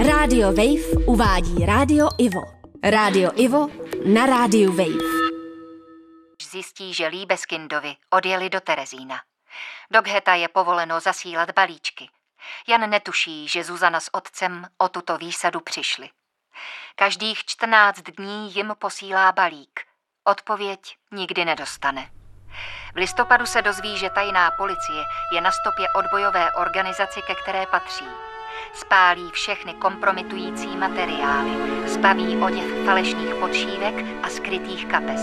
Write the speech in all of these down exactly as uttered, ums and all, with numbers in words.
Rádio Wave uvádí Rádio Ivo. Rádio Ivo na Rádiu Wave. Zjistí, že Liebeskindovi odjeli do Terezína. Do Gheta je povoleno zasílat balíčky. Jan netuší, že Zuzana s otcem o tuto výsadu přišli. Každých čtrnáct dní jim posílá balík. Odpověď nikdy nedostane. V listopadu se dozví, že tajná policie je na stopě odbojové organizaci, ke které patří. Spálí všechny kompromitující materiály, zbaví oděv falešných podšívek a skrytých kapes.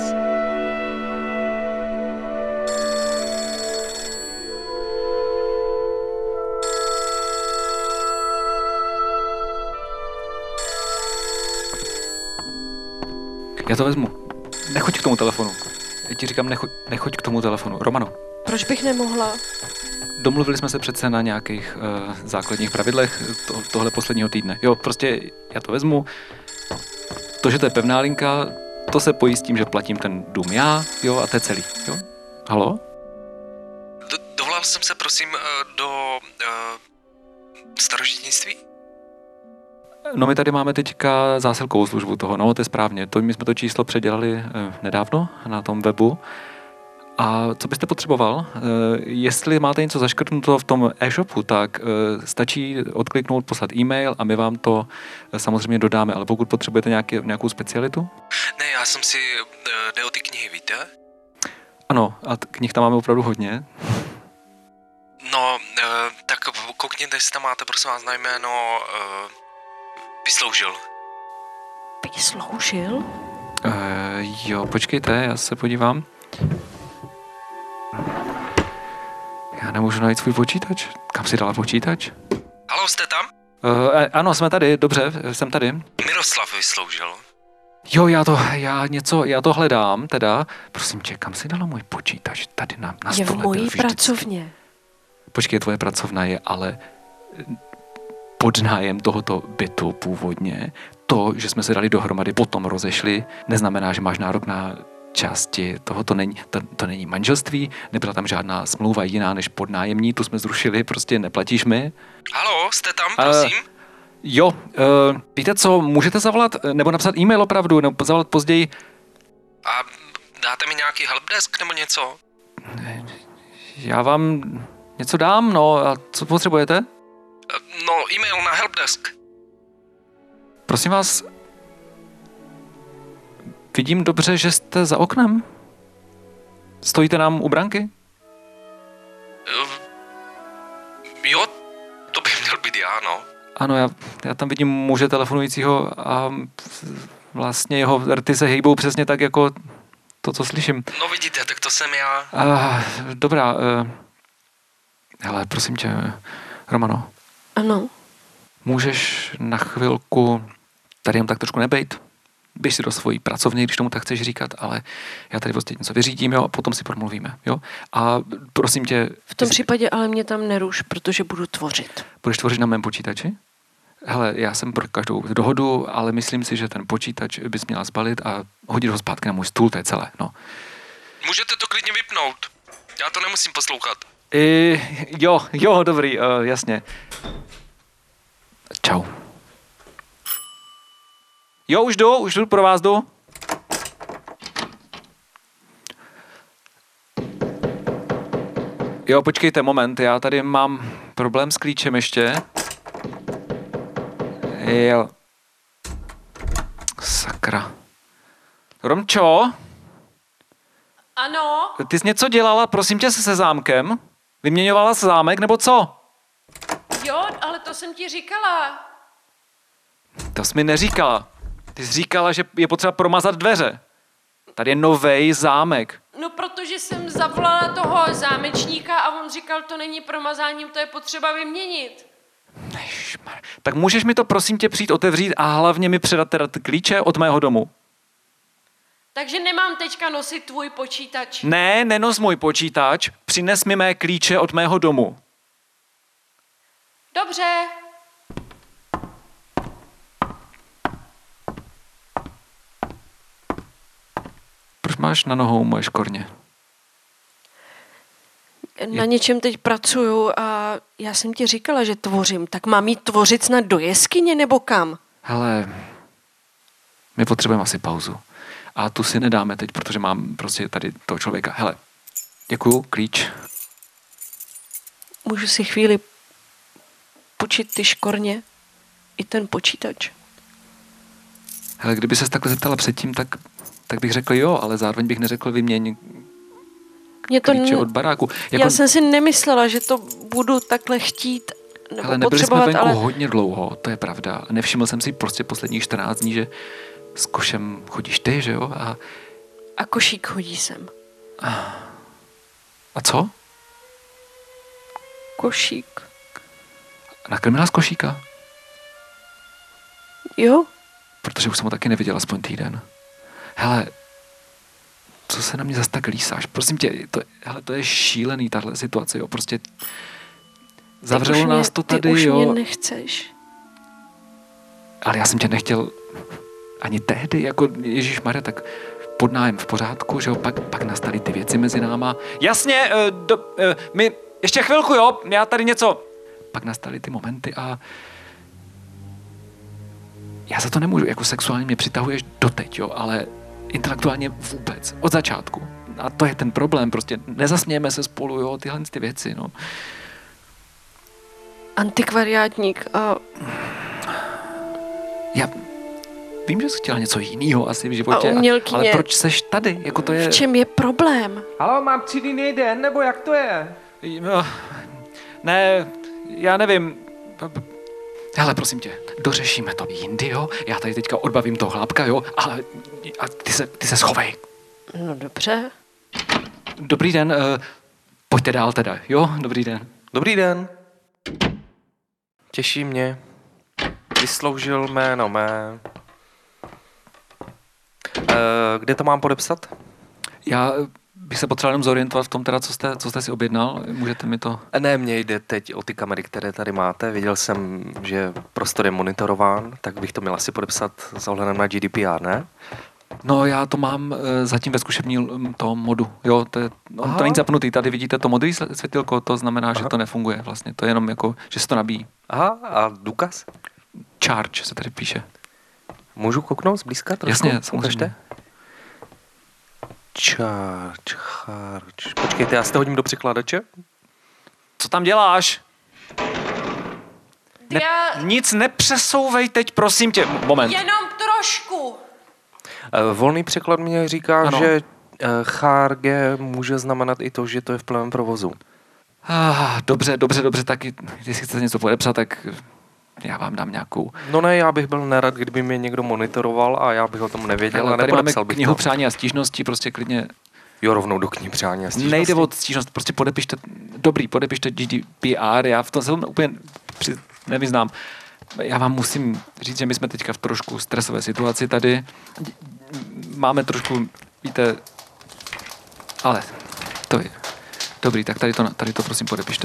Já to vezmu. Nechoď k tomu telefonu. Já ti říkám, nechoď, nechoď k tomu telefonu. Romano. Proč bych nemohla? Domluvili jsme se přece na nějakých uh, základních pravidlech to, tohle posledního týdne. Jo, prostě já to vezmu. To, že to je pevná linka, to se pojí s tím, že platím ten dům já, jo, a to je celý, jo. Halo? Do, dovolal jsem se, prosím, do uh, starožitnictví? No my tady máme teďka zásilkovou službu toho, no to je správně. To, my jsme to číslo předělali eh, nedávno na tom webu. A co byste potřeboval? Eh, jestli máte něco zaškrtnuto v tom e-shopu, tak eh, stačí odkliknout, poslat e-mail a my vám to eh, samozřejmě dodáme. Ale pokud potřebujete nějaký, nějakou specialitu? Ne, já jsem si... Uh, jde o ty knihy, víte? Ano, a t- knih tam máme opravdu hodně. No, uh, tak koukněte, jestli tam máte, prosím vás, na jméno... Uh, Vysloužil. Vysloužil? Uh, jo, počkejte, já se podívám. Já nemůžu najít svůj počítač. Kam si dala počítač? Haló, jste tam? Uh, ano, jsme tady, dobře, jsem tady. Miroslav Vysloužil. Jo, já to, já něco, já to hledám, teda. Prosím tě, kam si dala můj počítač? Tady na, na je stole. v mojí pracovně. Počkej, tvoje pracovna je ale pod nájem tohoto bytu původně. To, že jsme se dali dohromady, potom rozešli, neznamená, že máš nárok na části toho. To není, to, to není manželství, nebyla tam žádná smlouva jiná než podnájemní, tu jsme zrušili, prostě neplatíš mi. Haló, jste tam, prosím? Uh, jo, uh, víte co, můžete zavolat, nebo napsat e-mail opravdu, nebo zavolat později. A dáte mi nějaký helpdesk nebo něco? Já vám něco dám, no, a co potřebujete? No, e-mail na helpdesk. Prosím vás, vidím dobře, že jste za oknem? Stojíte nám u branky? Jo, to by měl být já, no. Ano, já, já tam vidím muže telefonujícího a vlastně jeho rty se hejbou přesně tak, jako to, co slyším. No vidíte, tak to jsem já. Uh, dobrá, uh, hele, prosím tě, Romano. Ano. Můžeš na chvilku tady jen tak trošku nebejt? Běž si do svojí pracovny, když tomu tak chceš říkat, ale já tady prostě něco vyřídím, jo, a potom si promluvíme, jo? A prosím tě... V tom jsi... případě ale mě tam neruš, protože budu tvořit. Budeš tvořit na mém počítači? Hele, já jsem pro každou dohodu, ale myslím si, že ten počítač bys měla zbalit a hodit ho zpátky na můj stůl, to je celé, no. Můžete to klidně vypnout. Já to nemusím poslouchat. I, jo, jo, dobrý, uh, jasně. Čau. Jo, už jdu, už jdu, pro vás jdu. Jo, počkejte, moment, já tady mám problém s klíčem ještě. Jo. Sakra. Romčo? Ano? Ty jsi něco dělala, prosím tě, se zámkem? Vyměňovala se zámek, nebo co? Jo, ale to jsem ti říkala. To jsi mi neříkala. Ty jsi říkala, že je potřeba promazat dveře. Tady je novej zámek. No, protože jsem zavolala toho zámečníka a on říkal, to není promazáním, to je potřeba vyměnit. Ježišmar. Tak můžeš mi to prosím tě přijít otevřít a hlavně mi předat teda ty klíče od mého domu. Takže nemám teďka nosit tvůj počítač. Ne, nenos můj počítač, přines mi mé klíče od mého domu. Dobře. Proč máš na nohou moje škorně? Na něčem teď pracuju a já jsem ti říkala, že tvořím, tak mám jít tvořit snad do jeskyně nebo kam? Hele, my potřebujeme asi pauzu. A tu si nedáme teď, protože mám prostě tady toho člověka. Hele, děkuju, klíč. Můžu si chvíli počít ty škorně i ten počítač. Hele, kdyby ses takhle zeptala předtím, tak, tak bych řekl jo, ale zároveň bych neřekl vyměň Mě to klíče n... od baráku. Jako... Já jsem si nemyslela, že to budu takhle chtít nebo Hele, nebyli jsme potřebovat, venku ale... hodně dlouho, to je pravda. Nevšiml jsem si prostě posledních čtrnáct dní, že s košem chodíš ty, že jo? A, A košík chodí sem. a co? Košík. Nakrmila z košíka? Jo? Protože už jsem ho taky neviděl aspoň týden. Hele, co se na mě zas tak lísáš? Prosím tě, to, hele, to je šílený, tahle situace, jo, prostě zavřelo nás to tady, ty už jo. Mě nechceš. Ale já jsem tě nechtěl ani tehdy, jako Ježíšmarja, tak pod nájem v pořádku, že jo, pak, pak nastaly ty věci mezi náma. Jasně, uh, do, uh, my, ještě chvilku, jo, já tady něco. Pak nastaly ty momenty a já za to nemůžu, jako sexuálně mě přitahuješ doteď, jo, ale intelektuálně vůbec, od začátku. A to je ten problém, prostě nezasmějeme se spolu, jo, tyhle ty věci, no. Antikvariátník a... Já vím, že jsi chtěla něco jiného asi v životě, A umělkyně. ale proč seš tady, jako to je... V čem je problém? Halo, mám třídný den, nebo jak to je? No, ne, já nevím. Hele, prosím tě, dořešíme to jindy, jo? Já tady teďka odbavím toho chlápka, jo? A, a ty, se, ty se schovej. No dobře. Dobrý den, uh, pojďte dál teda, jo? Dobrý den. Dobrý den. Těší mě. Vysloužil jméno mé. E, kde to mám podepsat? Já bych se potřeboval jenom zorientovat v tom teda, co jste, co jste si objednal. Můžete mi to... Ne, mně jde teď o ty kamery, které tady máte. Viděl jsem, že prostor je monitorován, tak bych to měl asi podepsat s ohledem na G D P R, ne? No, já to mám uh, zatím ve zkušební tom modu, jo? To, je, no, to není zapnutý, tady vidíte to modré světilko, to znamená, Aha. že to nefunguje vlastně. To je jenom jako, že se to nabíjí. Aha, a důkaz? Charge se tady píše. Můžu kouknout zblízka trošku? Jasně, samozřejmě. Ukažte. Charge, charge. Počkejte, já si to hodím do překladače. Co tam děláš? Ne, Já... Nic nepřesouvej teď, prosím tě. Moment. Jenom trošku. Uh, volný překlad mě říká, Ano. že uh, charge může znamenat i to, že to je v plném provozu. Ah, dobře, dobře, dobře, tak jestli chcete něco podepsat, tak já vám dám nějakou... No ne, já bych byl nerad, kdyby mě někdo monitoroval a já bych o tom nevěděl Ale a tady máme nepodepsal bych knihu to. přání a stížnosti, prostě klidně... Jo, rovnou do knihy přání a stížnosti. Nejde o stížnost, prostě podepište, dobrý, podepište G D P R, já v tom se úplně při, nevyznám. Já vám musím říct, že my jsme teďka v trošku stresové situaci tady. Máme trošku, víte, ale to je dobrý, tak tady to, tady to prosím podepište.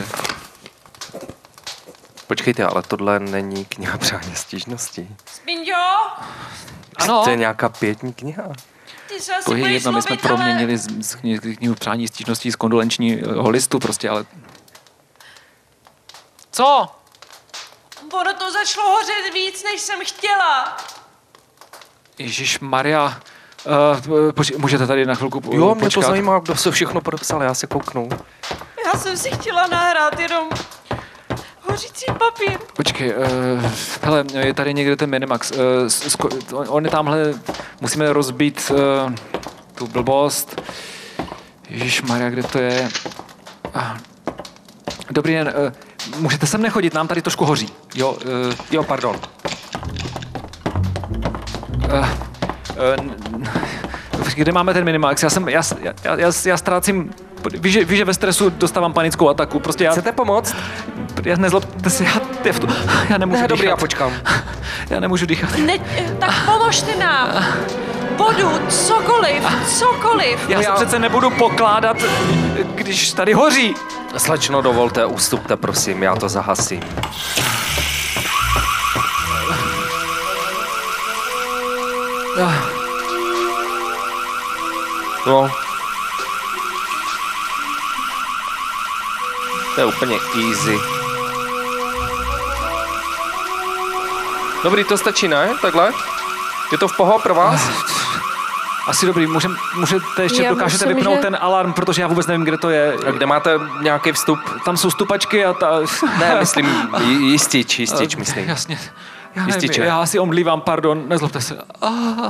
Počkejte, ale tohle není kniha přání a stížnosti. Spinďo, Ano. To je nějaká pětní kniha. ty se asi To je budeš jedno, my jsme zlobit, ale... proměnili z, z kni- knihu přání stížností z kondolenčního listu prostě, ale... Co? Ono to začalo hořet víc, než jsem chtěla. Ježíš Maria, uh, poč- můžete tady na chvilku po- Jo, mě počkat? to zajímá, kdo se všechno podepsal, já se kouknu. Já jsem si chtěla nahrát jenom hořící papír. Počkej, uh, hele, je tady někde ten Minimax. Uh, sko- on je tamhle, musíme rozbít uh, tu blbost. Ježíš Maria, kde to je? Ah. Dobrý den, uh, můžete sem nechodit, nám tady trošku hoří. Jo, uh, Jo, pardon. uh, uh, kde máme ten Minimax? Já jsem, já, já, já, já ztrácím, víš, že, víš, že ve stresu dostávám panickou ataku, prostě já... Chcete pomoct? Já nezlobte se, já, já, v tu, já nemůžu Ne, dobrý, dýchat. já počkám. Já nemůžu dýchat. Ne, tak pomožte nám. Vodu, cokoliv, cokoliv. Já se přece nebudu pokládat, když tady hoří. Slečno, dovolte, ustupte, prosím, já to zahasím. No. To je úplně easy. Dobrý, to stačí, ne? Takhle? Je to v poho pro vás? Asi dobrý, můžem, můžete ještě, Já dokážete myslím, vypnout že- ten alarm, protože já vůbec nevím, kde to je. A kde máte nějaký vstup? Tam jsou stupačky a ta... Ne, myslím, j- jistič, jistič, myslím. Jasně. Já nevím, Jističe. já si omlívám, pardon, nezlobte se. Ah.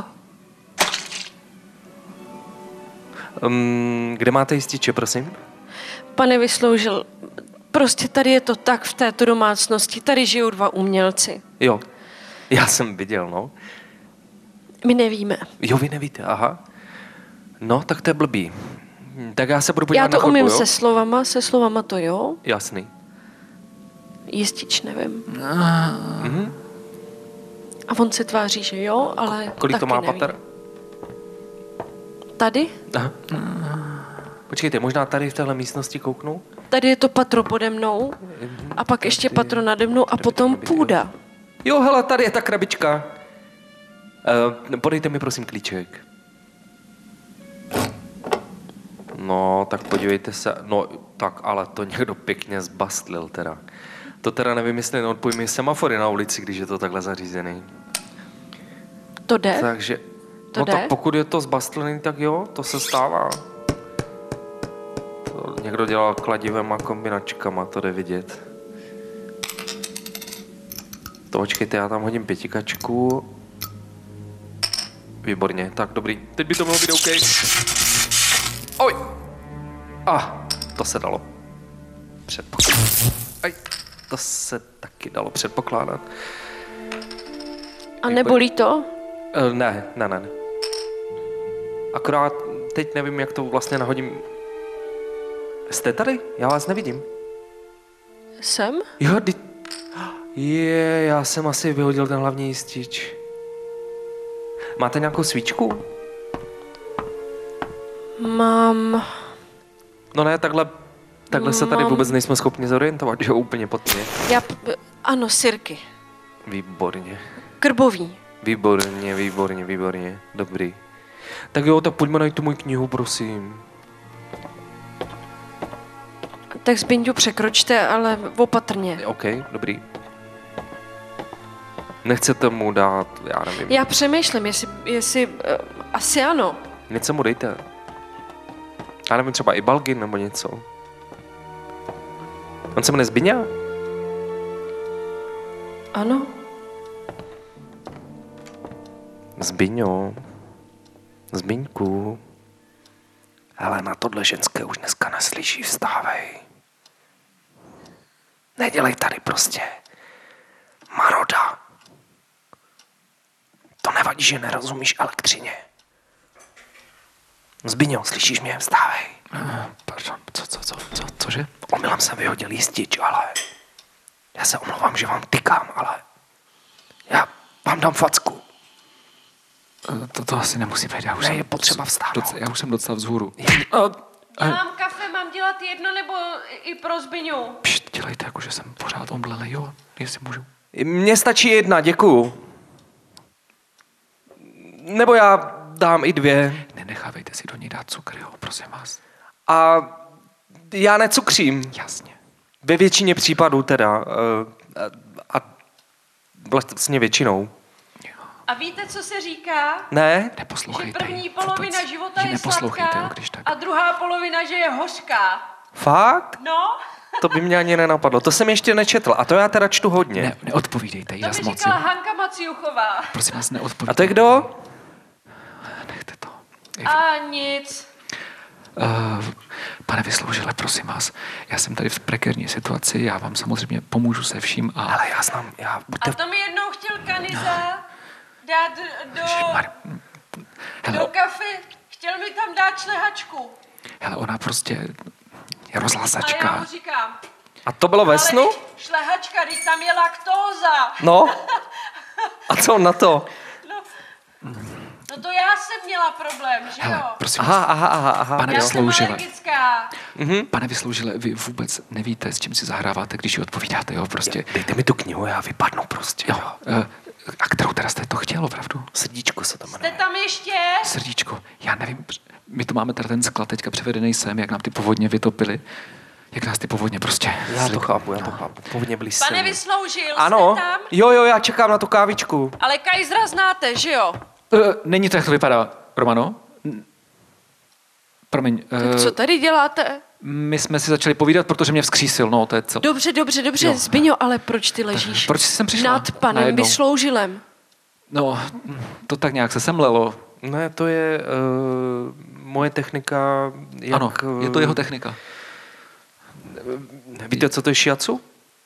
Um, kde máte jističe, prosím? Pane Vysloužil, prostě tady je to tak v této domácnosti, tady žijou dva umělci. Jo, já jsem viděl, no. My nevíme. Jo, vy nevíte, aha. No, tak to je blbý. Hm, Tak já se budu podívat Já to na chodbu, umím jo? se slovama, se slovama to jo, Jasný. jistič nevím. Mhm. A on se tváří, že jo, ale Kolik taky to má nevím. pater? Tady? Aha. Počkejte, možná tady v téhle místnosti kouknu? Tady je to patro pode mnou a pak ještě patro nade mnou a potom půda. Jo, hele, tady je ta krabička. Uh, podejte mi prosím klíček. No, tak podívejte se. No, tak ale to někdo pěkně zbastlil teda. To teda nevím, jestli neodpojím semafory na ulici, když je to takhle zařízený. To jde? Takže, To no jde? tak pokud je to zbastlený, tak jo, to se stává. To někdo dělal kladivem a kombinačkama, to jde vidět. To počkejte, já tam hodím pětikačku. Výborně, tak dobrý. Teď by to mělo být OK. Oj! A, ah, to se dalo předpokládat. Aj, to se taky dalo předpokládat. A nebolí to? Uh, ne, ne, ne. ne. Akorát teď nevím, jak to vlastně nahodím. Jste tady? Já vás nevidím. Jsem? Jo, ty... Je, já jsem asi vyhodil ten hlavní jistič. Máte nějakou svíčku? Mám... No ne, takhle, takhle se tady Mám- vůbec nejsme schopni zorientovat, že jo, úplně pod mě. Já... p- Ano, sirky. Výborně. Krbový. Výborně, výborně, výborně. Dobrý. Tak jo, tak pojďme najít tu moji knihu, prosím. Tak Zbyňďu překročte, ale opatrně. OK, dobrý. Nechcete mu dát, já nevím. Já přemýšlím, jestli... jestli uh, asi ano. Něco mu dejte. Já nevím, třeba i Balgin nebo něco. On se jmenuje Zbyňa? Ano. Zbyňo. Zbyňku. Hele, na tohle ženské už dneska neslyší, vstávej. Nedělej tady prostě. Maroda. To nevadí, že nerozumíš elektřině. Zbyňo, slyšíš mě? Vstávej. Pardon, co, co, co, co, cože? Omylem jsem vyhodil jistič, ale já se omlouvám, že vám tykám, ale já vám dám facku. To, to asi nemusí být, já už Ne, jsem... je potřeba vstát. Doc, já už jsem docela vzhůru. Já mám kafe, mám dělat jedno nebo i pro Zbyňu? Pšt, dělejte, jako že jsem pořád omdlelý, jo, jestli můžu. Mně stačí jedna, děkuju. Nebo já dám i dvě. Nenechávejte si do ní dát cukr, jo, prosím vás. A já necukřím. Jasně. Ve většině případů teda. eh, A vlastně většinou. A víte, co se říká? Ne? Že Neposlouchejte první ji polovina vůbec. života Ji je neposlouchejte, sladká jo, když tak. a druhá polovina, že je hořká. Fakt? No, To by mě ani nenapadlo. To jsem ještě nečetl. A to já teda čtu hodně. Ne, neodpovídejte jí to zas by moc, říkala jo. Hanka Maciuchová. Prosím vás, neodpovídejte. A to je kdo? Nechte to. A nic. Uh, pane Vysloužile, prosím vás, já jsem tady v prekérní situaci, já vám samozřejmě pomůžu se vším a... Ale já znám, já... A to mi jednou chtěl Kaniza dát do, Ježišmar- hele, do kafe. Chtěl mi tam dát šlehačku. hele, ona prostě je A já rozhlasačka. mu říkám, A to bylo ve ale snu? teď šlehačka, teď tam je laktóza. No. A co on na to? No, no to já jsem měla problém, že Hele, jo? prosím vás, Aha, aha, aha, aha. Pane Já jo. jsem Vysloužile. alergická. Pane Vysloužile, vy vůbec nevíte, s čím si zahráváte, když ji odpovídáte, jo, prostě. Dejte mi tu knihu, já vypadnu prostě. Jo, uh, a kterou teda jste to chtěl, opravdu? Srdíčko se to Jste jmenuje. tam ještě? Srdíčko, já nevím, my tu máme teda ten sklad teďka převedený sem, jak nám ty povodně vytopily. Jak nás ty povodně prostě. Já to chápu, já to chápu. Povodně byly Pane silný. Vysloužil, Ano, jste tam? jo, jo, já čekám na tu kávičku. Ale Kajzra znáte, že jo? Uh, není to, jak to vypadá, Romano? N- Promiň. Tak Uh, co tady děláte? my jsme si začali povídat, protože mě vzkřísil, no, to je co. Dobře, dobře, dobře, Jo. Zbyňo, ale proč ty ležíš Proč jsi sem přišla? nad panem najednou? Vysloužilem? No, to tak nějak se semlelo. Ne, to je uh, moje technika. Jak, Ano, je to jeho technika. Víte, co to je shiatsu?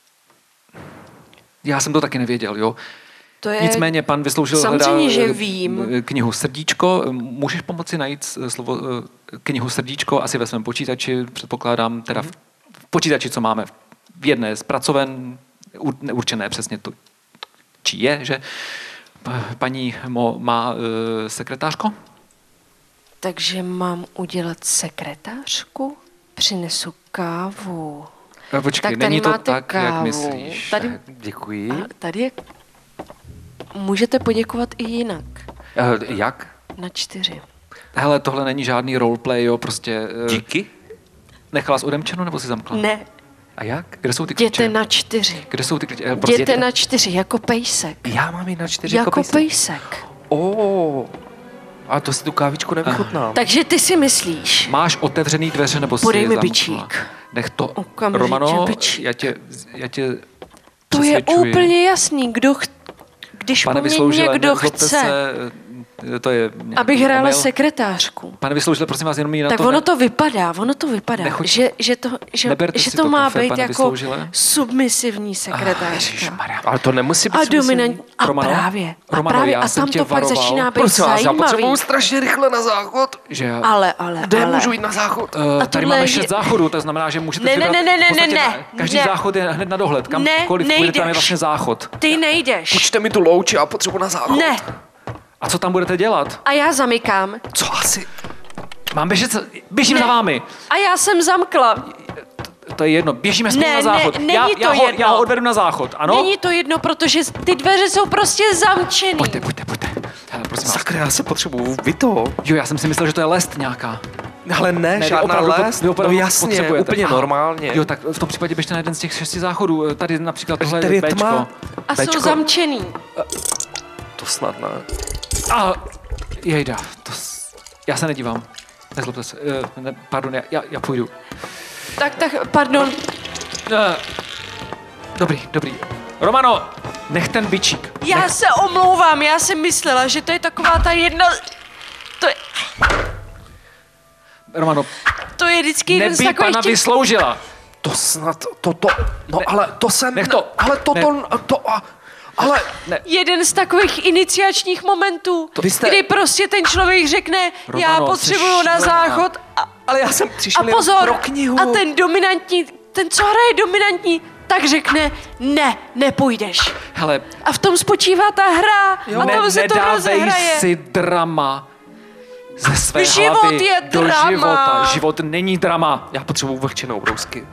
Já jsem to taky nevěděl, jo. To je... Nicméně pan Vysloužil Samozřejmě, hledá že eh, vím. knihu Srdíčko. Můžeš pomoci najít eh, slovo eh, knihu Srdíčko asi ve svém počítači, předpokládám, teda v, v počítači, co máme v jedné z pracoven, ur- neurčené přesně to, či je, že Pa- paní Mo má eh, sekretářko? Takže mám udělat sekretářku? Přinesu kávu. Eh, Počkej, Tak tady není to máte tak, jak kávu. myslíš. Tady, Děkuji. a tady je... Můžete poděkovat i jinak. Uh, jak? Na čtyři. Hele, tohle není žádný roleplay, jo, prostě... eh, Díky. Nechala jsi odemčeno, nebo si zamkla? Ne, A jak? Kde jsou ty klíče? jděte na čtyři. Kde jsou ty klíče? Eh, prostě- Jděte na čtyři, jako pejsek. Já mám jít na čtyři Jako pejsek. pejsek. Oh. A to si tu kávičku nevychutnám. Takže ty si myslíš, Máš otevřený dveře, nebo si Podej je mi zamkla? bičík. Nech to. Okamžitě Romano, bičík. já tě, já tě to je přesvědčuji. úplně jasný, kdo ch... když Pane po mně Vysloužile, někdo nezlobte chce, se, eh, to je nějaký abych hrála omyl. sekretářku. Pane Vysloužile, prosím vás, jenom jí na Tak to... ono ne- to vypadá, ono to vypadá, Nechoď- že, že to, že, Neberte že si to to má kafe, být pane jako Vysloužile. submisivní Ah, sekretářka. Ježišmarja. Ale to nemusí být A smyslný. dominant... A Romano? právě. A Romano, právě. já A jsem tam tě to pak varoval. začíná být Prosím vás, já zajímavý. potřebuju strašně rychle na záchod. Že já... Ale, ale, Kde ale. můžu jít na záchod? Uh, A tady tohle máme je- šest záchodů, to znamená, že můžete Ne, ne, vybrat ne, ne, v podstatě ne, na- ne, každý ne. záchod je hned na dohled. Ne, Kamkoliv půjdete, tam je nejdeš. vlastně záchod. Ty nejdeš. Půjčte mi tu louči, já potřebuji na záchod. Ne. A co tam budete dělat? A já zamykám. Co asi? Mám běžet, běžím Ne. za vámi. A já jsem zamkla. To je jedno, běžíme spolu Ne, na záchod. ne, není já, to já, ho, jedno. já ho odvedu na záchod, ano? Není to jedno, protože ty dveře jsou prostě zamčený. Pojďte, pojďte, pojďte. Hele, prosím vás. Sakra, já se potřebuju. Vy to? Jo, já jsem si myslel, že to je lest nějaká. Ale ne, Ne, vy žádná opravdu pot- les. vy opravdu No jasně, potřebujete. úplně Aha. normálně. Jo, tak v tom případě běžte na jeden z těch šesti záchodů. Tady například tohle Tady je Bčko. tma. A jsou Bčko. zamčený. To snad ne. A jejda, to s... já se nedívám. Nezlobte se. Uh, ne, pardon, já, já, já půjdu. Tak, tak, pardon. Uh, dobrý, dobrý. Romano, nech ten bičík. Já Nech... se omlouvám, já jsem myslela, že to je taková ta jedna... To je, Romano, to je vždycky jeden z nebij takových pana těch... Vysloužila. To snad, to, to, no Ne, ale to jsem, nech to. ale to, Ne. to, to, a, ale, Jeden z takových iniciačních momentů, To vy jste- kdy prostě ten člověk řekne, já Romano, potřebuju jsi na šílená. záchod a, ale já jsem a přišel jenom pozor, pro knihu. a ten dominantní, ten co hraje dominantní, tak řekne, ne, nepůjdeš. Hele, A v tom spočívá ta hra a ne, tam se to nedávej rozehraje. si drama ze své Život hlavy je do drama. života. Život není drama. Já potřebuju vlhčenou brousky.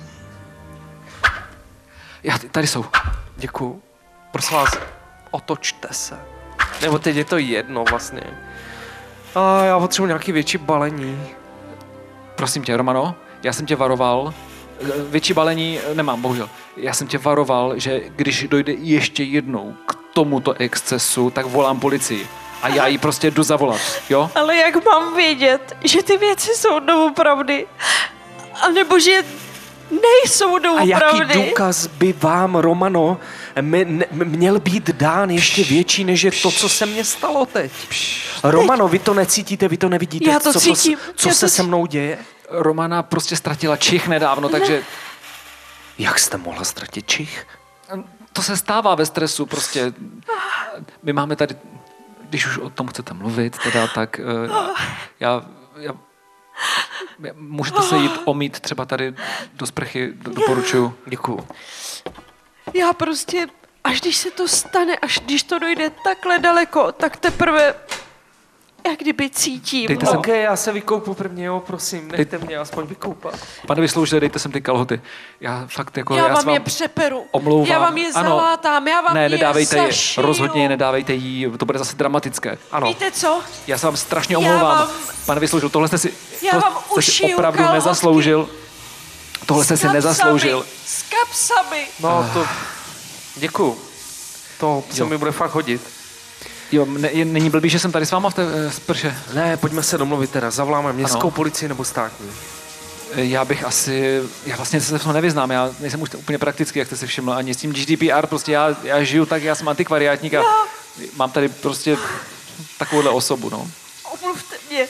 Já, tady jsou. Děkuju. Prosím vás, otočte se. Nebo teď je to jedno vlastně. A já potřebuji nějaký větší balení. Prosím tě, Romano, já jsem tě varoval, větší balení nemám, bohužel. Já jsem tě varoval, že když dojde ještě jednou k tomuto excesu, tak volám policii. A já ji prostě jdu zavolat, jo? Ale jak mám vědět, že ty věci jsou doopravdy? A nebo že nejsou A jaký doopravdy? důkaz by vám, Romano, m- n- měl být dán ještě větší, než je to, co se mně stalo teď? Romano, vy to necítíte, vy to nevidíte, Já to co, cítím, co já se to se mnou děje? Romana prostě ztratila čich nedávno, takže Jak jste mohla ztratit čich? to se stává ve stresu, prostě. My máme tady, když už o tom chcete mluvit, teda, tak uh, já, já, můžete se jít omít třeba tady do sprchy, do, doporučuju. Děkuju. Já prostě, až když se to stane, až když to dojde takhle daleko, tak teprve jak kdyby cítím. Dejte sem- Ok, já se vykoupu prvně, jo, prosím, nechte mě aspoň vykoupat. Pane Vysloužile, dejte sem ty kalhoty. Já fakt jako, Já já vám se je přeperu. omlouvám. Já vám je Ano. zalátám, já vám Ne, je nedávejte je, zašiju. rozhodně je nedávejte jí, to bude zase dramatické. Ano. Víte co? Já se vám strašně Já omlouvám. vám- Pane Vysloužil, tohle jste si, Já tohle vám jste si ušiju opravdu kalhotky. nezasloužil. Tohle jste si nezasloužil. S kapsami. No to... Děkuju. To se mi bude fakt hodit. Jo, ne, není blbý, že jsem tady s váma v té e, sprše. Ne, pojďme se domluvit teda. Zavoláme městskou Ano. policii nebo státní. Já bych asi, já vlastně se v tom nevyznám, já nejsem už úplně praktický, jak jste si všiml, ani s tím G D P R, prostě já, já žiju tak, já jsem antikvariátník a mám tady prostě takovouhle osobu, no. Omluvte mě.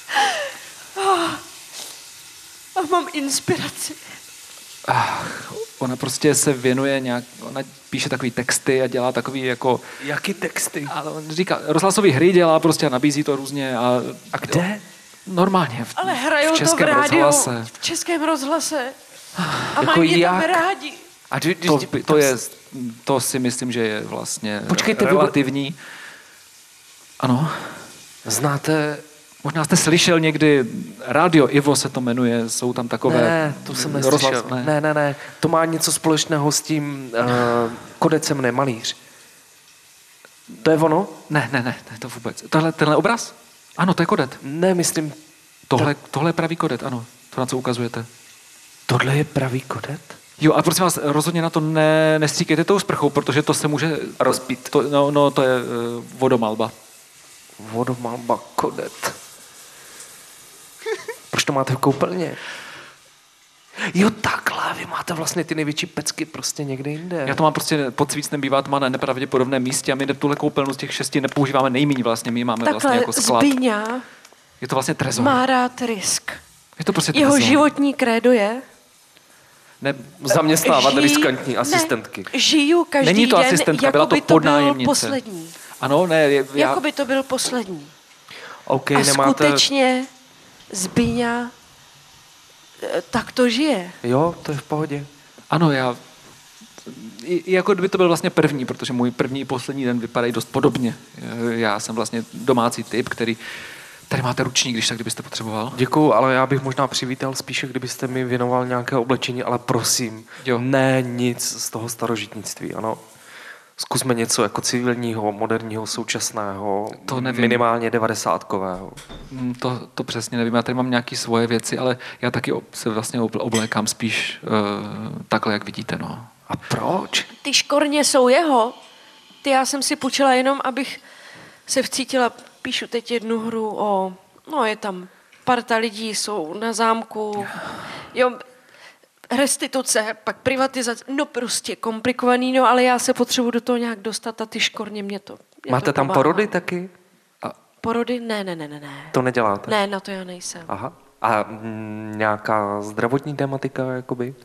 Ah. A mám inspiraci. Ach, ona prostě se věnuje nějak, ona píše takový texty a dělá takový jako, Jaký texty? a on říká, rozhlasový hry dělá prostě a nabízí to různě a... A kde? Normálně, v, Ale hrajou v to v českém rádiu, rozhlase. v českém rozhlase. A Jako mají mě tam jak? rádi. A když, To, to, je, to si myslím, že je vlastně Počkejte, vy- relativní. Ano. Znáte... Možná jste slyšel někdy, Rádio Ivo se to jmenuje, jsou tam takové... Ne, to jsem neslyšel. rozhlas- Ne. ne, ne, ne. To má něco společného s tím uh, kodecem, ne, malíř. To je ono? Ne, ne, ne, ne, to vůbec. Tohle, tenhle obraz? Ano, to je kodet. Ne, myslím, Tohle, tohle je pravý kodet, ano. To, na co ukazujete. tohle je pravý kodet? Jo, a prosím vás, rozhodně na to ne, nestříkejte tou sprchou, protože to se může... Rozbít. To, no, no, to je uh, vodomalba. Vodomalba kodet. Proč to máte v koupelně? Jo, takhle, vy máte vlastně ty největší pecky prostě někde jinde. Já to mám prostě pod svícnem, bývá to má na nepravděpodobném místě a my tuhle koupelnu z těch šesti nepoužíváme nejméně vlastně, my ji máme vlastně Takhle jako sklad. Zbyňa Je to vlastně trezor. má rád risk. Je to prostě Jeho trezor. životní krédo je... Ne, Zaměstnávat žiju- riskantní asistentky. Ne, žiju každý Není to den, asistentka, jako byla to by to byl podnájemnice. poslední. ano, ne, je, já, Jako by to byl poslední. OK, A nemáte... skutečně Zbyňa eh, tak to žije. Jo, to je v pohodě. ano, já, i, i jako kdyby to byl vlastně první, protože můj první i poslední den vypadají dost podobně. Já jsem vlastně domácí typ, který, tady máte ručník, když tak, kdybyste potřeboval. Děkuju, ale já bych možná přivítal spíše, kdybyste mi věnoval nějaké oblečení, ale prosím, Jo. ne nic z toho starožitnictví, ano. Zkusme něco jako civilního, moderního, současného, To nevím. minimálně devadesátkového. Mm, To, to přesně nevím, já tady mám nějaké svoje věci, ale já taky ob- se vlastně obl- oblékám spíš uh, takhle, jak vidíte, no. A proč? Ty škorně jsou jeho. Ty já jsem si půjčila jenom, abych se vcítila. Píšu teď jednu hru o... No je tam parta lidí, jsou na zámku. Jo, restituce, pak privatizace. No prostě komplikovaný, no ale já se potřebuji do toho nějak dostat a ty škorně mě to... mě Máte to tam pomáhá. porody taky? Porody? Ne, ne, ne, ne, ne. To neděláte? Ne, na to já nejsem. Aha. A mm, nějaká zdravotní tematika, jakoby?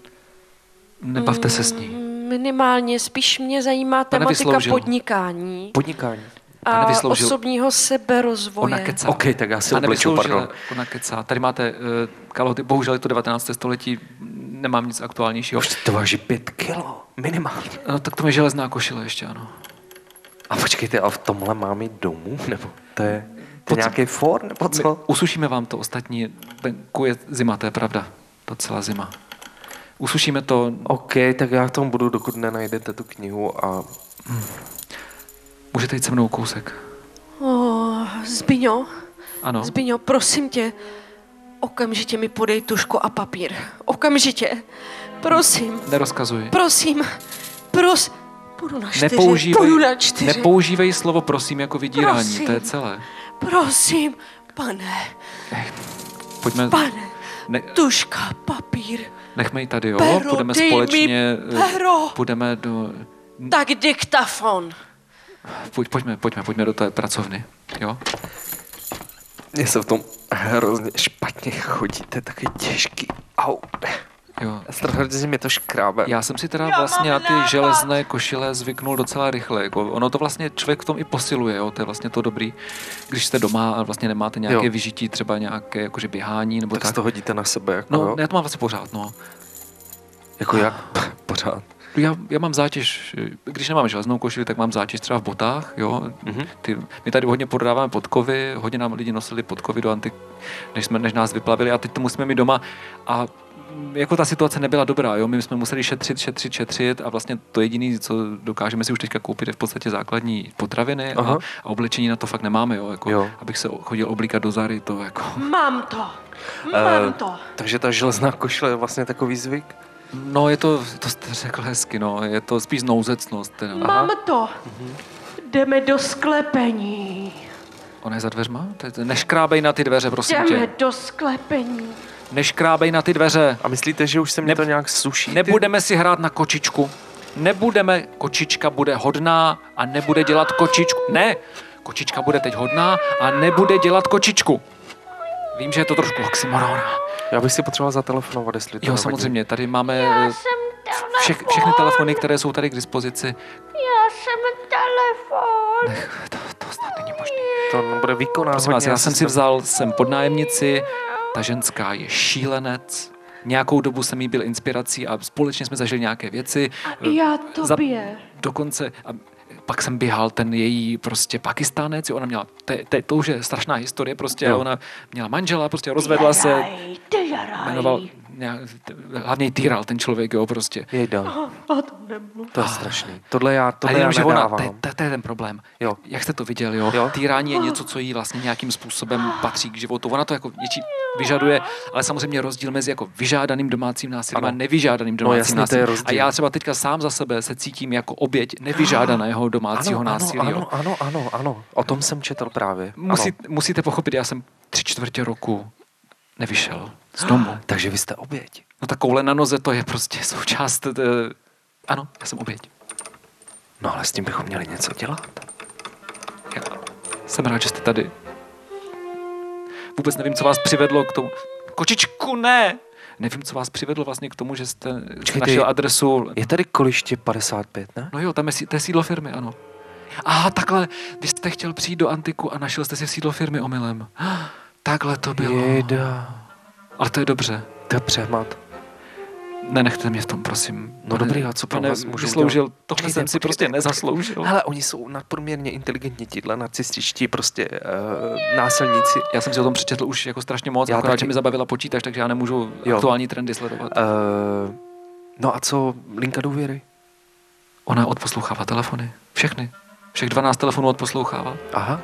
Nebavte se s ní. Minimálně, spíš mě zajímá Pane tematika Vysloužil. podnikání Podnikání. Pane a Vysloužil. osobního seberozvoje. Ona kecá. OK, tak já si Pane obleču, Vysloužile, pardon. ona kecá. Tady máte uh, kalhoty, bohužel je to devatenácté století, nemám nic aktuálnějšího. Už to váží pět kilo, minimálně. No, tak to je železná košile ještě, ano. A počkejte, a v tomhle mám jít domů? Nebo to je, to Pocit- je nějaký for, nebo My co? usušíme vám to ostatní, venku je zima, to je pravda. Docela zima. Usušíme to, OK, tak já v tom budu, dokud nenajdete tu knihu a... můžete jít se mnou kousek. Oh, Zbyňo, Ano. Zbyňo, prosím tě, okamžitě mi podej tušku a papír. Okamžitě. Prosím, Nerozkazuji. prosím, pros... Půjdu na čtyři, Nepoužívej, půjdu na čtyři. nepoužívej slovo prosím jako vydírání, Prosím. to je celé. Prosím, pane, Pojďme, pane, ne, tuška, papír. nechme ji tady, jo? Pero, Půjdeme dej mi společně, eh, pero. půjdeme do, Tak diktafon. pojď, pojďme, pojďme, pojďme do té pracovny, jo? Mně se v tom hrozně špatně chodí, to je taky těžký. Au. Jo. Strašně mě to škrábe. Já jsem si teda Já vlastně na mám ty nápad. železné košile zvyknul docela rychle. Jako ono to vlastně člověk v tom i posiluje, jo? To je vlastně to dobrý, když jste doma a vlastně nemáte nějaké Jo. vyžití, třeba nějaké jakože běhání nebo Tak tak. si to hodíte na sebe, jako No, jo? já to mám vlastně pořád, no. Jako jak? Pořád. Já, já mám zátěž, když nemám železnou košili, tak mám zátěž třeba v botách, jo. Mhm. Ty, my tady hodně prodáváme podkovy, hodně nám lidi nosili podkovy do antik, než, jsme, než nás vyplavili a teď to musíme mít doma a jako ta situace nebyla dobrá, jo? My jsme museli šetřit, šetřit, šetřit a vlastně to jediné, co dokážeme si už teďka koupit, je v podstatě základní potraviny a, a oblečení na to fakt nemáme, jo? Jako, Jo. abych se chodil oblíkat do Zary, to jako... Mám to. Mám to. Takže ta železná košile je vlastně takový zvyk? No je to, to jste řekl hezky, no, je to spíš nouzecnost. Teda. Mám to. Jdeme do sklepení. Ona je za dveřma? To- to- Neškrábej na ty dveře, prosím Jdeme tě. do sklepení. Neškrábej na ty dveře. A myslíte, že už se mi Neb- to nějak suší? ty- Nebudeme si hrát na kočičku. Nebudeme, kočička bude hodná a nebude dělat kočičku. Ne, kočička bude teď hodná a nebude dělat kočičku. Vím, že je to trošku oxymoron. Já bych si potřeboval zatelefonovat, jestli to Jo, nevadí. samozřejmě, tady máme eh, vše, všechny telefony, které jsou tady k dispozici. Já jsem telefon. Nech, to, to snad není možné. To bude výkonná. Prosím vás, hodně já jsem si asistent. vzal, jsem podnájemnici, ta ženská je šílenec. Nějakou dobu jsem jí byl inspirací a společně jsme zažili nějaké věci. Já Za- tobě. Dokonce, a pak jsem běhal ten její prostě Pakistánec, jo, ona měla, to, to, to už je strašná historie, prostě Jo. ona měla manžela, prostě rozvedla se, Jaraj, ty jaraj. jmenoval, nějak, hlavně jí týral ten člověk, jo, prostě. Jejda, A to nemluv. to je strašný. Tohle já, A tohle já jenom, že ona, nedávám. to, je- to, to je ten problém. Jo. Jak jste to viděl, jo? Jo. Týrání je něco, co jí vlastně nějakým způsobem patří k životu. Ona to jako něčí vyžaduje, ale samozřejmě rozdíl mezi jako vyžádaným domácím násilím Ano. a nevyžádaným No domácím jasně, to je násilím. rozdíl. A já třeba teďka sám za sebe se cítím jako oběť nevyžádaného domácího ano, násilí. ano, jo. ano, ano, ano, ano, o tom jsem četl právě. Musí, Ano. musíte pochopit, já jsem tři čtvrtě roku nevyšel z domu. Takže vy jste oběť. No ta koule na noze, to je prostě součást... eh, Ano, já jsem oběť. No ale s tím bychom měli něco dělat. Já jsem rád, že jste tady. Vůbec nevím, co vás přivedlo k tomu... Kočičku, ne! Nevím, co vás přivedlo vlastně k tomu, že jste Počkej, našel ty- adresu... Je tady koliště padesát pět, ne? No jo, tam je, sí- to je sídlo firmy, ano. A takhle, vy jste chtěl přijít do Antiku a našel jste si sídlo firmy omylem. Takhle to bylo. Jejda. Ale to je dobře. To je přehmat. Nenechte mě v tom, prosím. No dobrý, a co pro pane, vás můžu vysloužil, udělat? tohle Počkejte, jsem si počkejte, prostě počkejte. nezasloužil. Hele, oni jsou nadprůměrně inteligentní, tíhle nacističtí prostě uh, násilníci. Já jsem si o tom přečetl už jako strašně moc, Já akorát, taky. že mi zabavila počítač, takže já nemůžu Jo. aktuální trendy sledovat. Uh, no a co linka důvěry? Ona odposlouchává telefony. Všechny. Všech dvanáct telefonů odposlouchává. Aha.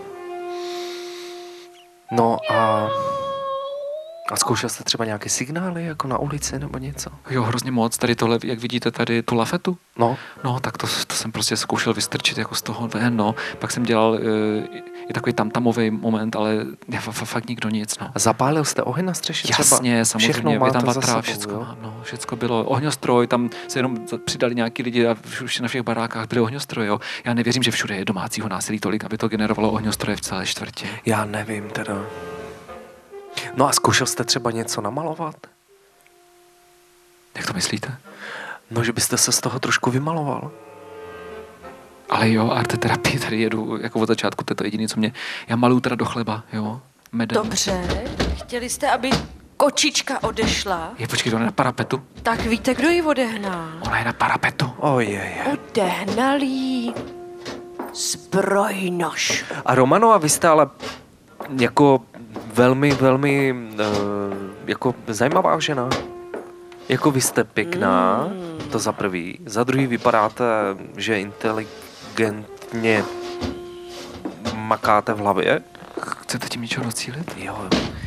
No a... A zkoušel jste třeba nějaké signály, jako na ulici nebo něco? Jo, hrozně moc. Tady tohle, jak vidíte tady tu lafetu, No, no tak to, to jsem prostě zkoušel vystrčit jako z toho ven, no. Pak jsem dělal uh, i takový tamtamový moment, ale já, f- f- fakt nikdo nic, no. a zapálil jste oheň na střeše třeba? Jasně, samozřejmě, Všechno je tam máte za vatra, sebou, všecko, jo? mám, no, všecko bylo. Ohňostroj, tam se jenom za- přidali nějaký lidi a už na všech barákách byly ohňostroje, jo. Já nevěřím, že všude je domácího násilí tolik, aby to generovalo ohňostroje v celé čtvrtě. Já nevím teda. No a zkoušel jste třeba něco namalovat? Jak to myslíte? No, že byste se z toho trošku vymaloval. Ale jo, arteterapii tady jedu jako od začátku, to je to jediné, co mě... Já maluju teda do chleba, jo, medem. Dobře, chtěli jste, aby kočička odešla, Je, počkej, ona je na parapetu. tak víte, kdo ji odehnal? Ona je na parapetu. Ojej. Odehnal jí zbrojnož. A Romano, a vy jste ale jako velmi, velmi uh, jako zajímavá žena. Jako vy jste pěkná, mm. to za prvý. Za druhý vypadáte, že inteligentně makáte v hlavě. Chcete tím něčeho rozcílit? Jo.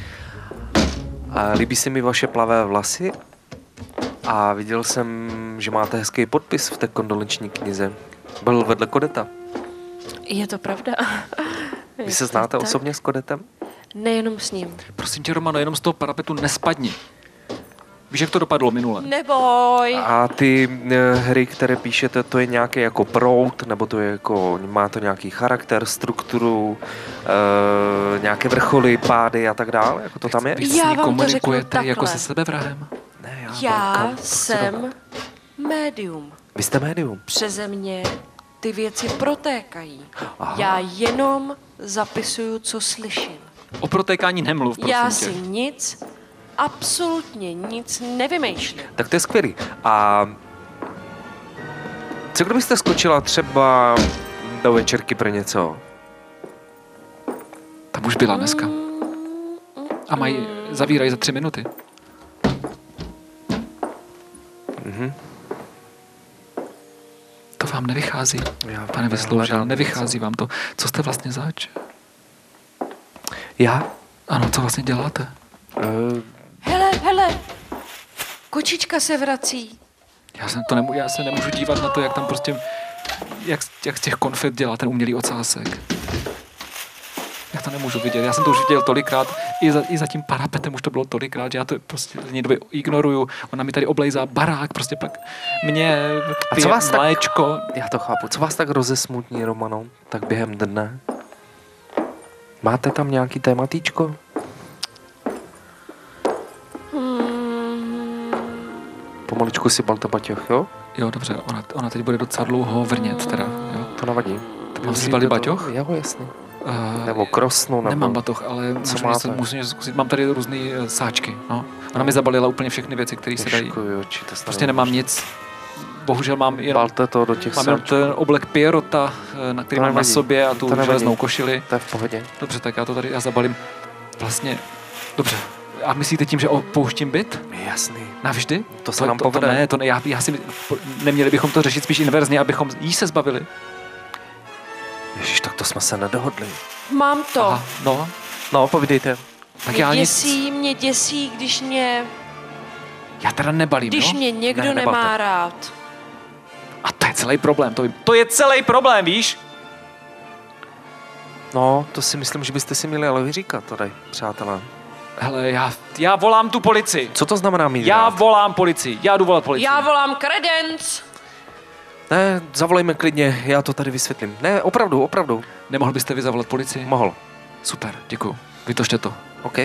A líbí se mi vaše plavé vlasy a viděl jsem, že máte hezký podpis v té kondolenční knize. Byl vedle Kodeta. Je to pravda? Vy se znáte osobně s Kodetem? Nejenom s ním. Prosím tě, Romano, jenom z toho parapetu nespadni. Víš, jak to dopadlo minule? Neboj. A ty eh, hry, které píšete, to je nějaký jako proud, nebo to je jako, má to nějaký charakter, strukturu, e, nějaké vrcholy, pády a tak dále, jako to tam je? Vy s Já ní vám to řeknu komunikujete jako takhle. se sebevrahem? Ne, já, Já kam- jsem médium. Vy jste médium. Přeze mě ty věci protékají. Aha. Já jenom zapisuju, co slyším. O protékání nemluv, prosím Já tě. si nic, absolutně nic nevymýšlím. Tak to je skvělý. A co kdybyste skočila třeba do večerky pro něco? Tam už byla dneska. A mají, zavírají za tři minuty. Mhm. To vám nevychází, Já pane Vysloužil, hledám nevychází vám to. Co jste vlastně zač? Já? Ano, co vlastně děláte? Uh, Hele, hele, kočička se vrací. Já, jsem to nemů- já se nemůžu dívat na to, jak tam prostě, jak, jak z těch konfet dělá ten umělý ocásek. Já to nemůžu vidět. Já jsem to už viděl tolikrát. I za, i za tím parapetem už to bylo tolikrát, že já to prostě z něj doby ignoruju. Ona mi tady oblejzá barák, prostě pak mě A pije co vás tak- mléčko. já to chápu. Co vás tak rozesmutní, Romano? Tak během dne? Máte tam nějaký tématíčko? Pomaličku si balte baťoch, jo? Jo, dobře, ona, ona teď bude docela dlouho vrnět teda, jo. To nevadí. Mám si zbalit baťoch? Jo, jasně. Uh, Nebo krosnu, nebo... Nemám batoh, ale můžu něco, musím něco zkusit. Mám tady různé uh, sáčky, no. Ona mi zabalila úplně všechny věci, které se dají. Ježkojoči, to Prostě nemám nic. Bohužel mám jenom, Balte to do těch mám jenom sáčků. ten oblek Pierrota, na který To mám na nevadí. sobě a tu To nevadí. železnou košili. To je v pohodě. Dobře, tak já to tady já zabalím. Vlastně, dobře. A myslíte tím, že opouštím byt? Jasný. Navždy? To se nám to, to povede. ne, to ne, já, já si, neměli bychom to řešit spíš inverzně, abychom jí se zbavili. Ježíš, tak to jsme se nedohodli. Mám to. Aha, no, No, povídejte. tak Mě já nic, děsí, mě děsí, když mě, já teda nebalím, když jo? mě někdo Ne, nebalte. nemá rád. A to je celý problém, to, to je celý problém, víš? No, to si myslím, že byste si měli ale vyříkat tady, přátelé. Hele, já, já volám tu policii. Co to znamená mít Já rád? volám policii, já jdu volat policii. Já volám kredenc. Ne, zavolejme klidně, já to tady vysvětlím. Ne, opravdu, opravdu. Nemohl byste vy zavolat policii? Mohl. Super, děkuju. Vytočte to. OK.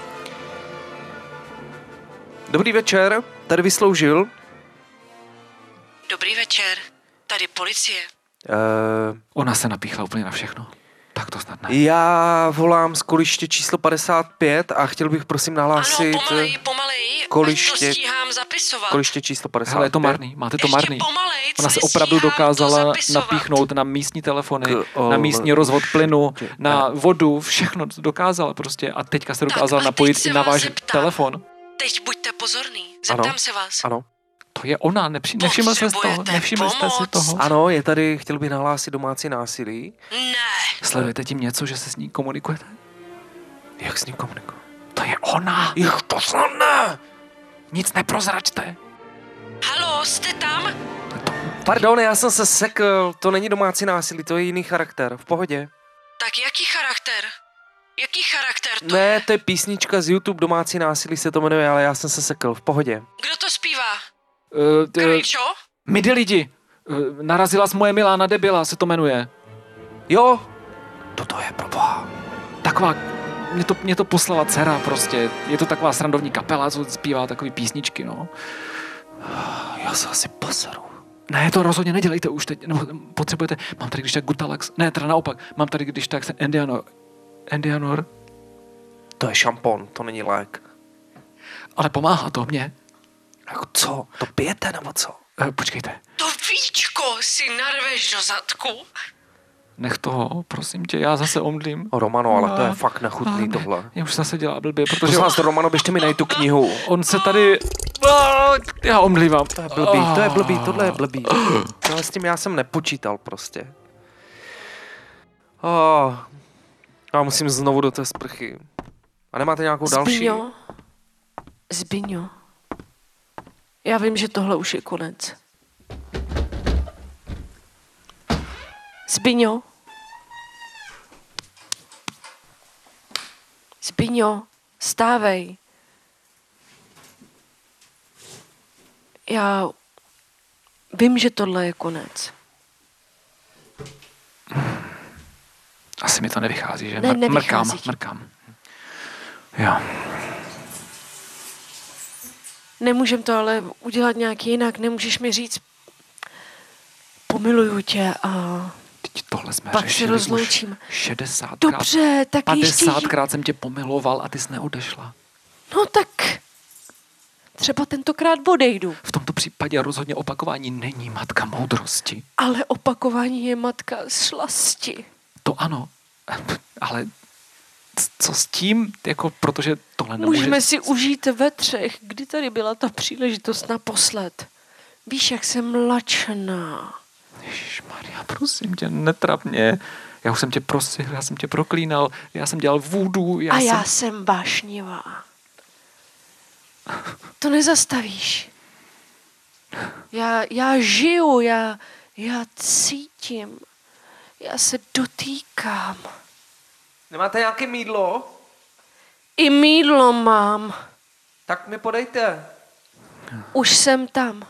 Dobrý večer, tady Vysloužil. Dobrý večer, tady policie. Uh, Ona se napíchla úplně na všechno. Tak to snad ne. já volám z koliště číslo padesát pět a chtěl bych prosím nahlásit Ano, pomalej, pomalej, koliště- ať to stíhám zapisovat. koliště číslo padesát pět. Hele, je to marný, máte to Ještě marný. pomalej, Ona co se opravdu stíhám to dokázala zapisovat. napíchnout na místní telefony, K- o- na místní rozvod plynu, Tě- na vodu, všechno dokázala prostě a teďka se Tak dokázala a teď napojit se i na vás váš zeptám. telefon. Teď buďte pozorný, zeptám Ano. se vás. Ano. To je ona, nepři, nevšiml jste z toho, Potřebujete nevšiml jste si pomoc? toho. Ano, je tady, chtěl bych nahlásit domácí násilí. Ne, Sledujete tím něco, že se s ní komunikujete? Jak s ním komunikuju? To je ona. Jak to snad ne? Nic neprozračte. halo, jste tam? Pardon, já jsem se sekl, to není domácí násilí, to je jiný charakter, v pohodě. Tak jaký charakter? Jaký charakter to Ne, je? to je písnička z YouTube, domácí násilí se to jmenuje, ale já jsem se sekl, v pohodě. Kdo to zpívá? Uh, uh, Krejčo? Midi lidi, uh, narazila s moje milá na debila, se to jmenuje. Jo, toto je proboha. Taková, mě to, mě to poslala dcera prostě. Je to taková srandovní kapela, co zpívá takový písničky, no. Já se asi poseru. Ne, to rozhodně nedělejte už teď, nebo potřebujete, mám tady když tak Gutalax, ne, teda naopak, mám tady když tak Endianor, Endianor, To je šampon, to není lék. ale pomáhá to mně. Jako co? To pijete nebo co? Uh, počkejte, To víčko si narveš do zadku. nech toho, prosím tě, já zase omdlím. O, Romano, ale to je A- fakt nechutný a ne, tohle. Já už zase dělá blbě, protože Prosím vás, Romano, běžte mi najít tu knihu. on se tady, já omdlívám. To je blbý, to je blbý, tohle je blbý. Tohle s tím já jsem nepočítal prostě. Oh, já musím znovu do té sprchy. A nemáte nějakou další? Zbyňo, Zbyňo, já vím, že tohle už je konec. Zbyňo, Zbyňo, stávej. Já vím, že tohle je konec. Asi mi to nevychází, že? Ne, Mr- nevychází mrkám, ti. mrkám. Jo. Nemůžem to ale udělat nějak jinak. Nemůžeš mi říct, pomiluju tě a Teď tohle jsme pak se řešili rozloučím. už šedesátkrát. Dobře, tak ještě... padesátkrát jsem tě pomiloval a ty jsi neodešla. No tak třeba tentokrát odejdu. V tomto případě rozhodně opakování není matka moudrosti. Ale opakování je matka šlasti. To ano, ale co s tím, jako, protože tohle nemůže... Můžeme si užít ve třech, kdy tady byla ta příležitost naposled. Víš, jak jsem lačná. Ježišmarja, prosím tě, netrap mě. Já už jsem tě prosil, já jsem tě proklínal, já jsem dělal vůdu. Já A já jsem... jsem vášnivá. To nezastavíš. Já, já žiju, já, já cítím, já se dotýkám. Nemáte nějaké mýdlo? I mýdlo mám. Tak mi podejte. Už jsem tam.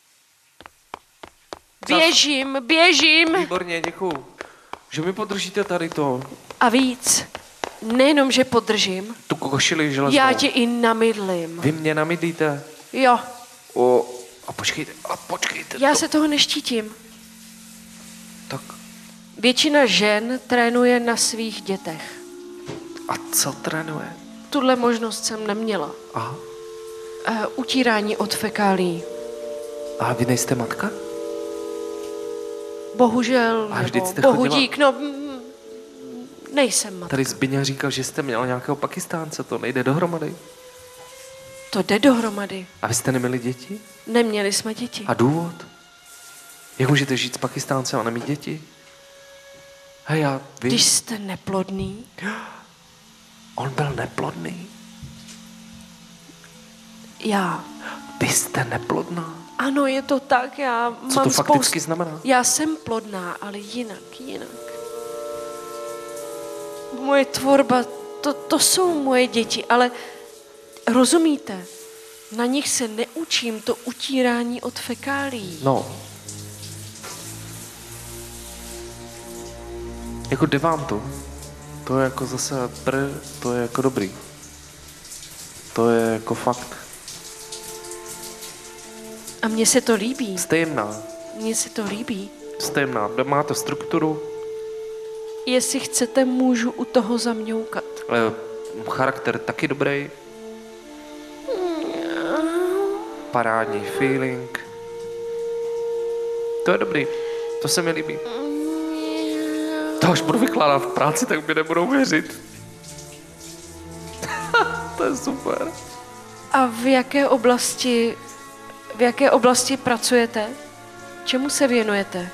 Běžím, běžím. Výborně, děkuju. Že mi podržíte tady to, A víc, nejenom, že podržím, tu košili železnou. já tě i namydlím. Vy mě namydlíte. Jo, O, a počkejte, a počkejte. já to. se toho neštítím. Tak, Většina žen trénuje na svých dětech. a co trénuje? Tuhle možnost jsem neměla. Aha. Uh, utírání od fekálí. A vy nejste matka? Bohužel, A vždyť nebo jste bohu chodila- dík, no mm, nejsem matka. Tady Zbyňa říkal, že jste měla nějakého Pakistánce, to nejde dohromady. To jde dohromady. A vy jste neměli děti? Neměli jsme děti. A důvod? Jak můžete žít s Pakistáncem a nemít děti? Hej, já, vy... Když jste neplodný, On byl neplodný. já. Vy jste neplodná. Ano, je to tak, já Co mám to fakticky spoustu... znamená? Já jsem plodná, ale jinak, jinak. Moje tvorba, to, to jsou moje děti, ale rozumíte, na nich se neučím to utírání od fekálí. No. Jako jde vám to? To je jako zase pr, to je jako dobrý. To je jako fakt. A mně se to líbí. Jste jemná. Mně se to líbí. Jste jemná. Máte strukturu. Jestli chcete, můžu u toho zamňoukat. Eh, charakter taky dobrý. Parádní feeling. To je dobrý. To se mi líbí. To až budu vykládat v práci, tak mi nebudou věřit. To je super. A v jaké oblasti, v jaké oblasti pracujete? Čemu se věnujete?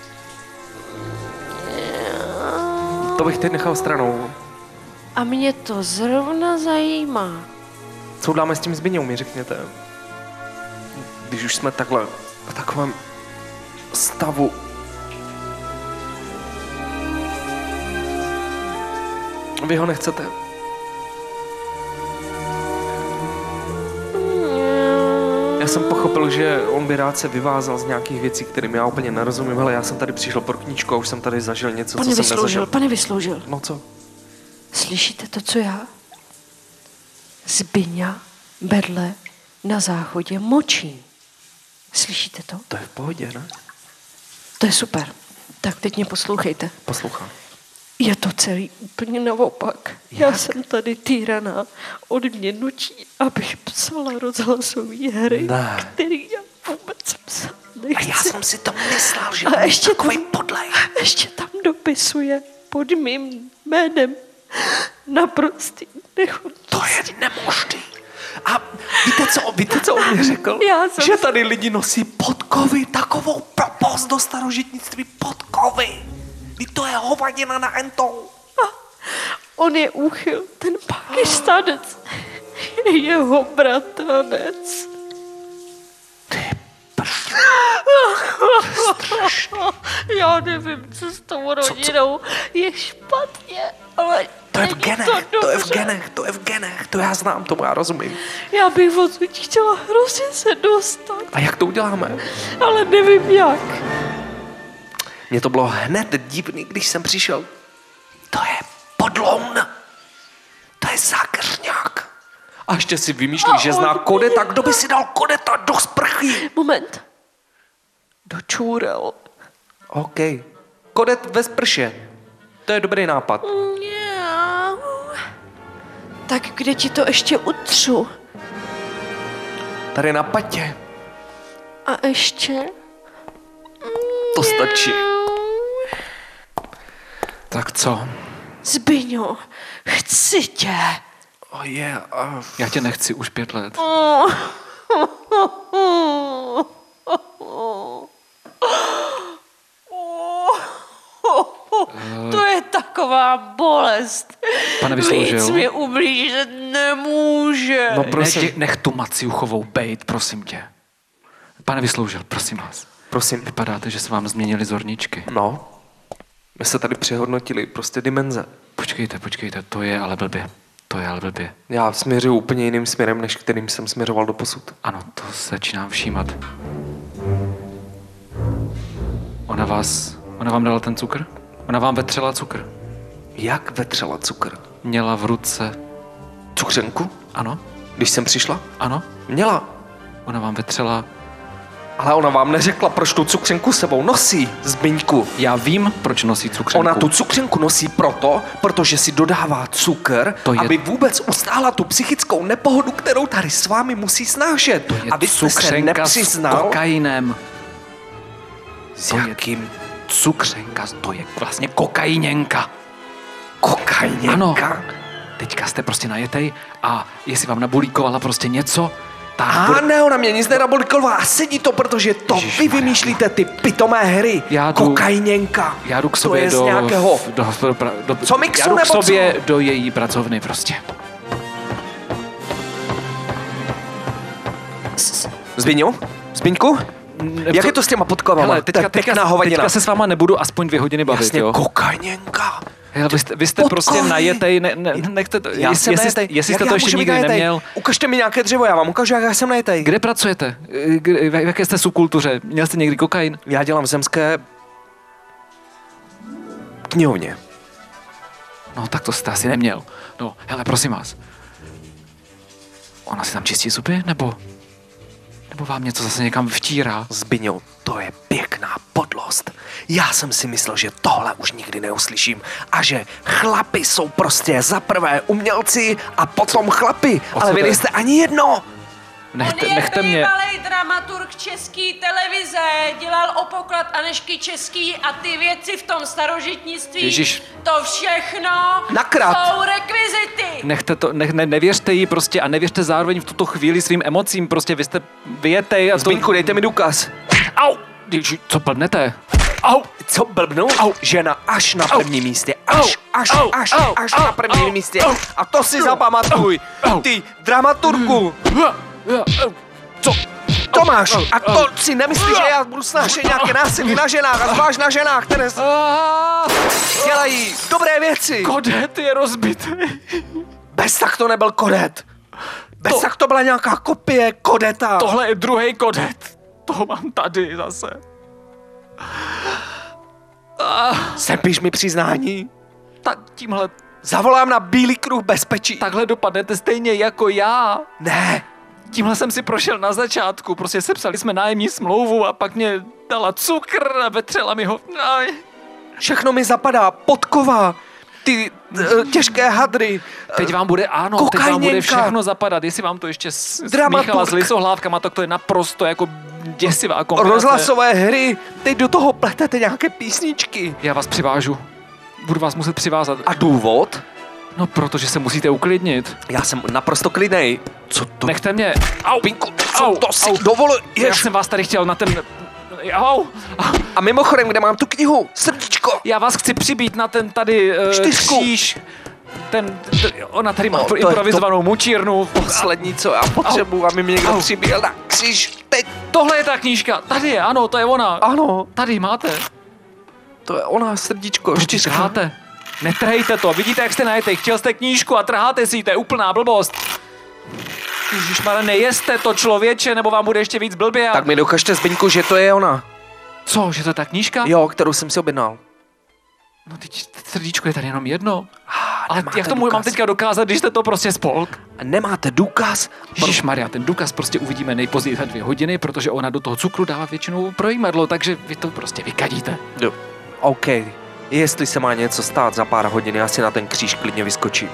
To bych teď nechal stranou. A mě to zrovna zajímá. Co uděláme s tím Zbyňou, mi řekněte. Když už jsme takhle v takovém stavu. Vy ho nechcete. Já jsem pochopil, že on by rád se vyvázal z nějakých věcí, kterým já úplně nerozumím. Hele, já jsem tady přišel pro knížku a už jsem tady zažil něco, Pane co jsem vysloužil, nezažil. pane vysloužil. No co? Slyšíte to, co já? Zbyňa bedle na záchodě močí. Slyšíte to? To je v pohodě, ne? To je super. Tak teď mě poslouchejte. Poslouchám. Je to celý úplně naopak. Já jsem tady týraná. On mě nutí, abych psala rozhlasové hry, Ne. který já vůbec psat nechci. si to myslel, že A ještě tam, podlej. ještě tam dopisuje pod mým jménem naprostý nechutnost. To je nemožný. A víte co, víte, co on mi řekl? Já jsem- Že tady lidi nosí podkovy, takovou propost do starožitnictví podkovy. Vždyť to je hovadina na entou. On je úchyl, ten Pakistánec je jeho bratranec. Já nevím, co s tou rodinou je špatně, ale To je v není genech, to, to je v dobře. genech, to je v genech, to já znám, tomu já rozumím. Já bych odsud chtěla hrozně se dostat, A jak to uděláme? ale nevím jak. Mně to bylo hned divný, když jsem přišel. To je podloun. To je zákeřňák. A ještě si vymýšlí, že zná kodeta. Kdo by si dal kodeta do sprchy? Moment. Dočůrel. OK. Kodet ve sprše. To je dobrý nápad. Mňau. Tak kde ti to ještě utřu? Tady na patě. A ještě? To stačí. Tak co? Zbyňo, chci tě. Oh yeah. uh, Já tě nechci už pět let. taková bolest. Pane Vysloužil. Víc mi ublížit nemůže. No prosím. Nech, nech tu Maciuchovou bejt, prosím tě. Pane Vysloužil, prosím vás. Prosím. Vypadáte, že se vám změnily zorničky. No, my se tady přehodnotili prostě dimenze. Počkejte, počkejte, to je ale blbě. To je ale blbě. Já směřuju úplně jiným směrem, než kterým jsem směřoval doposud. Ano, to začínám všímat. Ona vás, ona vám dala ten cukr? Ona vám vetřela cukr? Jak vetřela cukr? Měla v ruce... Cukřenku? Ano, Když jsem přišla? ano. Měla. Ona vám vetřela... Ale ona vám neřekla, proč tu cukřenku sebou nosí, Zbyňku. Já vím, proč nosí cukřenku. Ona tu cukřenku nosí proto, protože si dodává cukr, To je- aby vůbec ustála tu psychickou nepohodu, kterou tady s vámi musí snášet. To je A vy jste se cukřenka nepřiznal. s kokainem. S To je- jakým Cukřenka, to je vlastně kokainěnka. kokainěnka? Ano. Teďka jste prostě najetej a jestli vám nabulíkovala prostě něco, tak... A bude- ne, ona mě nic nenaboliková a sedí to, protože to vy Ježišmarja. vymýšlíte ty pitomé hry. Já jdu- Kokainěnka. Já jdu k To sobě je z do... nějakého... Do, do, do, do, Co, mixu já jdu k nebo co? sobě do její pracovny prostě. Zbyňu? Zbyňku? Jak je to s těma podkladama? Hele, teďka, To je teďka, pěkná hovadina. teďka se s váma nebudu aspoň dvě hodiny bavit, Jasně, jo? kokainěnka. Hele, vy jste, vy jste prostě Podkovy. najetej, ne, ne, nechte to, Já jest, jsem jestli, najetej. jestli Jak jste já to ještě můžu být nikdy najetej? neměl. Ukažte mi nějaké dřevo, já vám ukážu, jak já jsem najetej. Kde pracujete? Kde, v jaké jste subkultuře? Měl jste někdy kokain? Já dělám v zemské knihovně. No, tak to jste asi neměl. No, hele, prosím vás. Ona si tam čistí zuby, nebo... Nebo vám něco zase někam vtírá? Zbyňo, to je pěkná podlost. Já jsem si myslel, že tohle už nikdy neuslyším a že chlapi jsou prostě za prvé umělci a potom chlapi, O ale co vy jde? nejste ani jedno. Nechte, On je nechte mě... bývalej dramaturg český televize, dělal o poklad Anežky Český a ty věci v tom starožitnictví. Ježiš. To všechno Nakrát. jsou rekvizity. Nechte to, ne, ne, nevěřte jí prostě a nevěřte zároveň v tuto chvíli svým emocím, prostě vy jste vyjetej a to... Zbyňku, dejte mi důkaz. Au! Ježi, co blbnete? Au! Co blbnu? Au. Žena až na Au. prvním místě. Až, až, Au. až, Au. až Au. na prvním Au. místě. Au. A to si zapamatuj. Au. Ty dramaturku. Co? Tomáš, a to si nemyslíš, že já budu snášet nějaké násilí na ženách a zvlášť na ženách, které dělají dobré věci. Kodet je rozbitý. Bez tak to nebyl kodet. Bez To- tak to byla nějaká kopie kodeta. Tohle je druhý kodet. Toho mám tady zase. Sepíš mi přiznání? Tak tímhle, Zavolám na Bílý kruh bezpečí. takhle dopadnete stejně jako já. Ne, Tímhle jsem si prošel na začátku, prostě sepsali jsme nájemní smlouvu a pak mě dala cukr a vetřela mi ho. Aj. všechno mi zapadá. Podkova, ty uh, těžké hadry. Teď vám bude, ano, teď vám bude kokainěnka. všechno zapadat. Jestli vám to ještě s- Dramaturg. smíchala s lisohlávkama, tak to je naprosto jako děsivá kombinace. Rozhlasové hry, teď do toho pletete nějaké písničky. Já vás přivážu. Budu vás muset přivázat. A důvod? No, protože se musíte uklidnit. Já jsem naprosto klidnej. Co to? Nechte mě. Au, Pinku, co au, to si au. dovoluješ? Já jsem vás tady chtěl na ten... Au, A mimochodem, kde mám tu knihu? Srdíčko. já vás chci přibít na ten tady uh, Čtyřku. kříž. Ten, t- ona tady má No, no, to je improvizovanou mučírnu. Poslední, co já potřebuji, aby mi někdo Au. přibíjel na kříž. Teď. Tohle je ta knížka. Tady je, ano, to je ona. Ano, Tady máte. to je ona, srdíčko. Proč Čtyřka. trháte? Netrhejte to. Vidíte, jak jste najetej. Chtěl jste knížku a trháte si ji. To je úplná blbost. Ježišmarja, nejeste to, člověče, nebo vám bude ještě víc blbě. A... Tak mi dokažte, Zbyňku, že to je ona. Co, že to je ta knížka? Jo, kterou jsem si objednal. No teď srdíčko je tady jenom jedno. Ale nemáte jak to můžu mám důkaz. teďka dokázat, když jste to prostě spolk? A nemáte důkaz? Ježišmarja, ten důkaz prostě uvidíme nejpozději za dvě hodiny, protože ona do toho cukru dává většinou projímadlo, takže vy to prostě vykadíte. Jo. OK. Jestli se má něco stát za pár hodin, já si na ten kříž klidně vyskočím.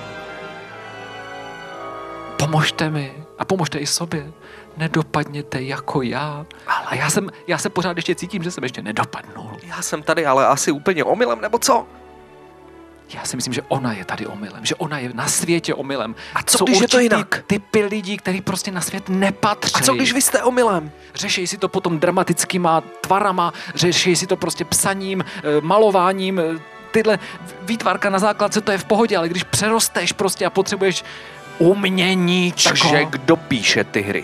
Pomožte mi a pomožte i sobě. Nedopadněte jako já. A já, jsem, já se pořád ještě cítím, že jsem ještě nedopadnul. Já jsem tady ale asi úplně omylem, nebo co? Já si myslím, že ona je tady omylem, že ona je na světě omylem. A co Jsou když je to určitý jinak? typy lidí, který prostě na svět nepatří. A co když vy jste omylem? Řeší si to potom dramatickýma tvarama, řeší si to prostě psaním, eh, malováním, eh, tyhle výtvarka na základce, to je v pohodě, ale když přerosteš prostě a potřebuješ umění, Takže kdo píše ty hry?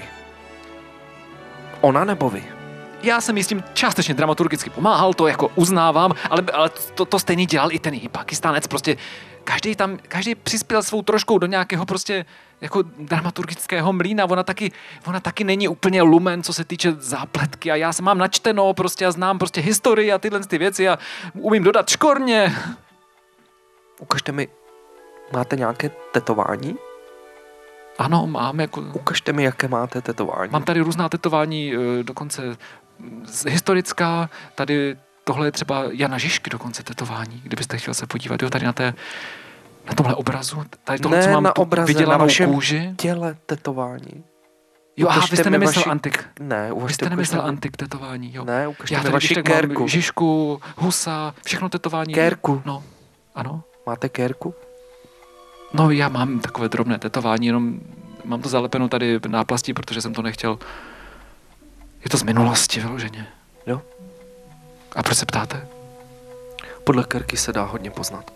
Ona nebo vy? Já jsem jí s tím částečně dramaturgicky pomáhal, to jako uznávám, ale, ale to, to stejný dělal i ten Pakistánec, prostě každý tam, každý přispěl svou troškou do nějakého prostě jako dramaturgického mlýna, ona taky, ona taky není úplně lumen, co se týče zápletky a já se mám načteno prostě a znám prostě historii a tyhle ty věci a umím dodat škorně. Ukažte mi, máte nějaké tetování? Ano, mám jako... Ukažte mi, jaké máte tetování. Mám tady různá tetování, dokonce historická, tady tohle je třeba Jana Žižky dokonce tetování, kdybyste chtěl se podívat, jo, tady na té, na tomhle obrazu, tady tohle, ne co mám na obraze, vydělanou na vašem kůži. těle tetování. Jo, aha, vy Ukažte jste mi nemyslel vaši- antik. Ne, Vy ukažte, jste nemyslel ukažte mi- antik tetování, jo. Ne, ukažte Já mi tady vaši když tak mám kérku. Žižku, Husa, všechno tetování. Kérku. No, ano. Máte kérku? No, já mám takové drobné tetování, jenom mám to zalepeno tady náplastí, protože jsem to nechtěl. Je to z minulosti vyloženě. Jo. A proč se ptáte? Podle kérky se dá hodně poznat.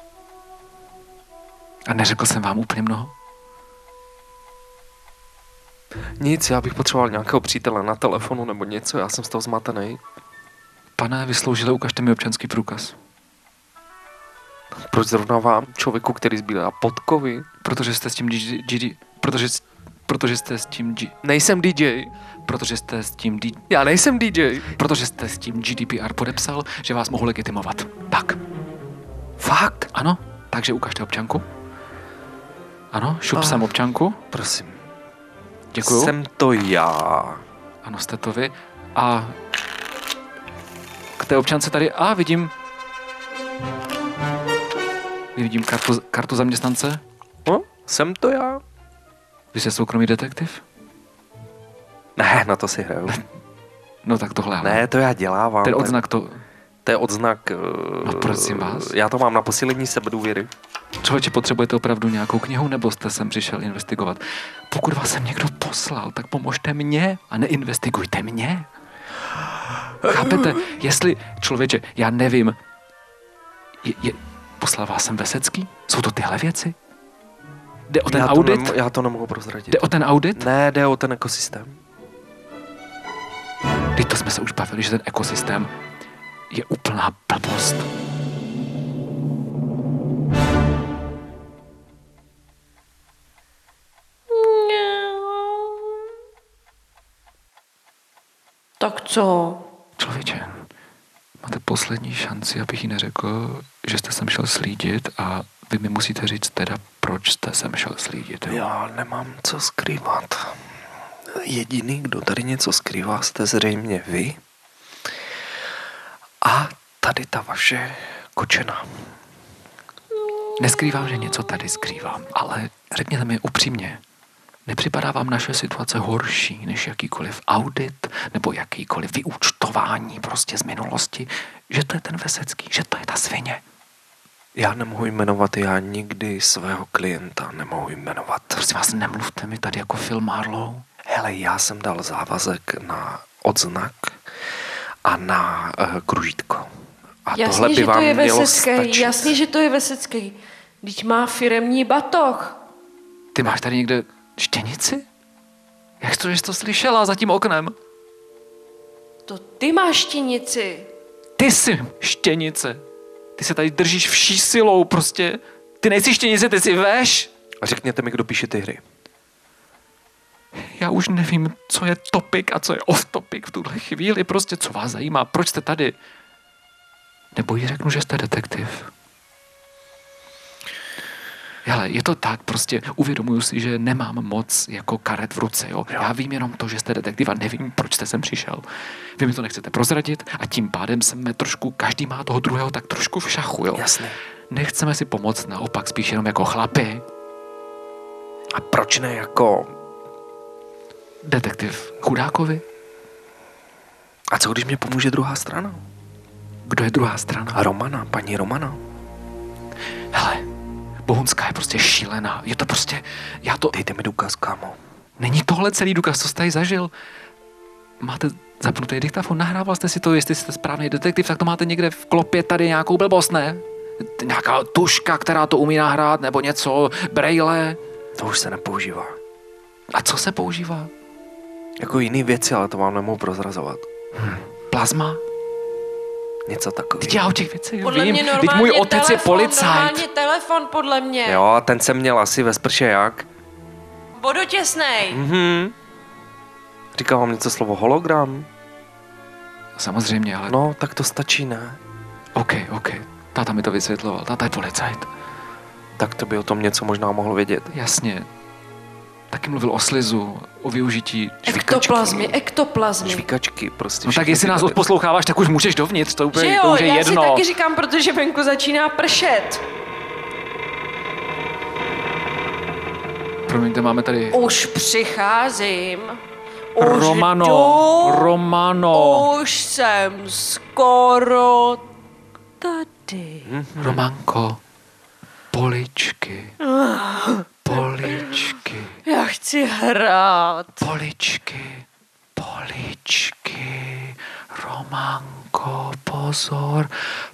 A neřekl jsem vám úplně mnoho? Nic, já bych potřeboval nějakého přítele na telefonu nebo něco, já jsem z toho zmatený. Pane, vysloužile, ukažte mi občanský průkaz. Proč zrovna vám, člověku, který sbírá podkovy? Protože jste s tím G D... Protože, protože jste s tím G... Nejsem D J. Protože jste s tím D... Já nejsem D J. Protože jste s tím G D P R podepsal, že vás mohu legitimovat. Tak. Fakt? Ano, takže ukažte občanku. Ano, šup Ah. sem občanku. Prosím. Děkuju. Jsem to já. Ano, jste to vy. A k té občance tady, a vidím, vidím kartu, kartu zaměstnance. No, jsem to já. Vy jste soukromý detektiv? Ne, na to si hraju. No tak tohle, ale Ne, to já dělávám. ten tak- odznak to... To je odznak... No, uh, prosím vás. Já to mám na posílení sebedůvěry. Člověče, potřebujete opravdu nějakou knihu, nebo jste sem přišel investigovat? Pokud vás sem někdo poslal, tak pomožte mně a neinvestigujte mě. Chápete? Jestli, člověče, já nevím, je, je, poslal vás sem Vesecký? Jsou to tyhle věci? Jde o ten já audit? To nemo, já to nemohu prozradit. Jde o ten audit? Ne, jde o ten ekosystém. Teď to jsme se už bavili, že ten ekosystém je úplná blbost. Tak co? Člověče, máte poslední šanci, abych jí neřekl, že jste sem šel slídit a vy mi musíte říct teda, proč jste sem šel slídit. Jo? Já nemám co skrývat. Jediný, kdo tady něco skrývá, jste zřejmě vy. A tady ta vaše kočena. Neskrývám, že něco tady skrývám, ale řekněte mi upřímně, nepřipadá vám naše situace horší než jakýkoliv audit nebo jakýkoliv vyúčtování prostě z minulosti, že to je ten Vesecký, že to je ta svině? Já nemohu jmenovat, já nikdy svého klienta nemohu jmenovat. Prosím vás, nemluvte mi tady jako Phil Marlowe. Hele, já jsem dal závazek na odznak a na uh, kružítko. A tohle Jasně, by že to vám je mělo Vesecký, stačit. jasně, že to je Vesecký. Vždyť má firemní batoh. Ty máš tady někde štěnici? Jak to, že jsi to slyšela za tím oknem? To ty máš štěnici. Ty jsi štěnice. Ty se tady držíš vší silou prostě. Ty nejsi štěnice, ty jsi veš. A řekněte mi, kdo píše ty hry. Já už nevím, co je topic a co je off topic v tuhle chvíli. Prostě, co vás zajímá, proč jste tady? Nebo jí řeknu, že jste detektiv. Hele, je to tak, prostě uvědomuju si, že nemám moc jako karet v ruce, jo. Já vím jenom to, že jste detektiv a nevím, proč jste sem přišel. Vy mi to nechcete prozradit a tím pádem jsme trošku, každý má toho druhého tak trošku v šachu, jo. Jasně. Nechceme si pomoct, naopak spíš jenom jako chlapi. A proč ne jako... Detektiv chudákovi? A co když mě pomůže druhá strana? Kdo je druhá strana? A Romana, paní Romana. Hele, Bohunská je prostě šílená. Je to prostě, já to... Dejte mi důkaz, kámo. Není tohle celý důkaz, co jste tady zažil. Máte zapnutý diktafon, nahrával jste si to, jestli jste správný detektiv, tak to máte někde v klopě tady nějakou blbost, ne? Nějaká tuška, která to umí nahrát, nebo něco, brejle. To už se nepoužívá. A co se používá? Jako jiný věci, ale to vám nemohu prozrazovat. Hm. Plazma? Něco takového. Teď já o těch věcech Podle vím. mě Teď normálně můj otec telefon, je policajt. Normálně telefon, podle mě. Jo, a ten jsem měl asi ve sprše jak? Vodotěsnej. Mhm. Říkal vám něco slovo hologram? Samozřejmě, ale... No, tak to stačí, ne? OK, OK. Táta mi to vysvětloval. Táta je policajt. Tak to by o tom něco možná mohl vědět. Jasně. Taky mluvil o slizu, o využití... Ektoplazmy, ektoplazmy. Švíkačky, prostě. No tak jestli nás odposloucháváš, tak už můžeš dovnitř, to, Že úplně, jo, to už je já jedno. si taky říkám, protože venku začíná pršet. Promiňte, máme tady... Už přicházím. Už Romano, jdu. Romano. Už jsem skoro tady. Romanko, poličky, poličky, Já chci hrát. poličky, poličky, Romanko, pozor,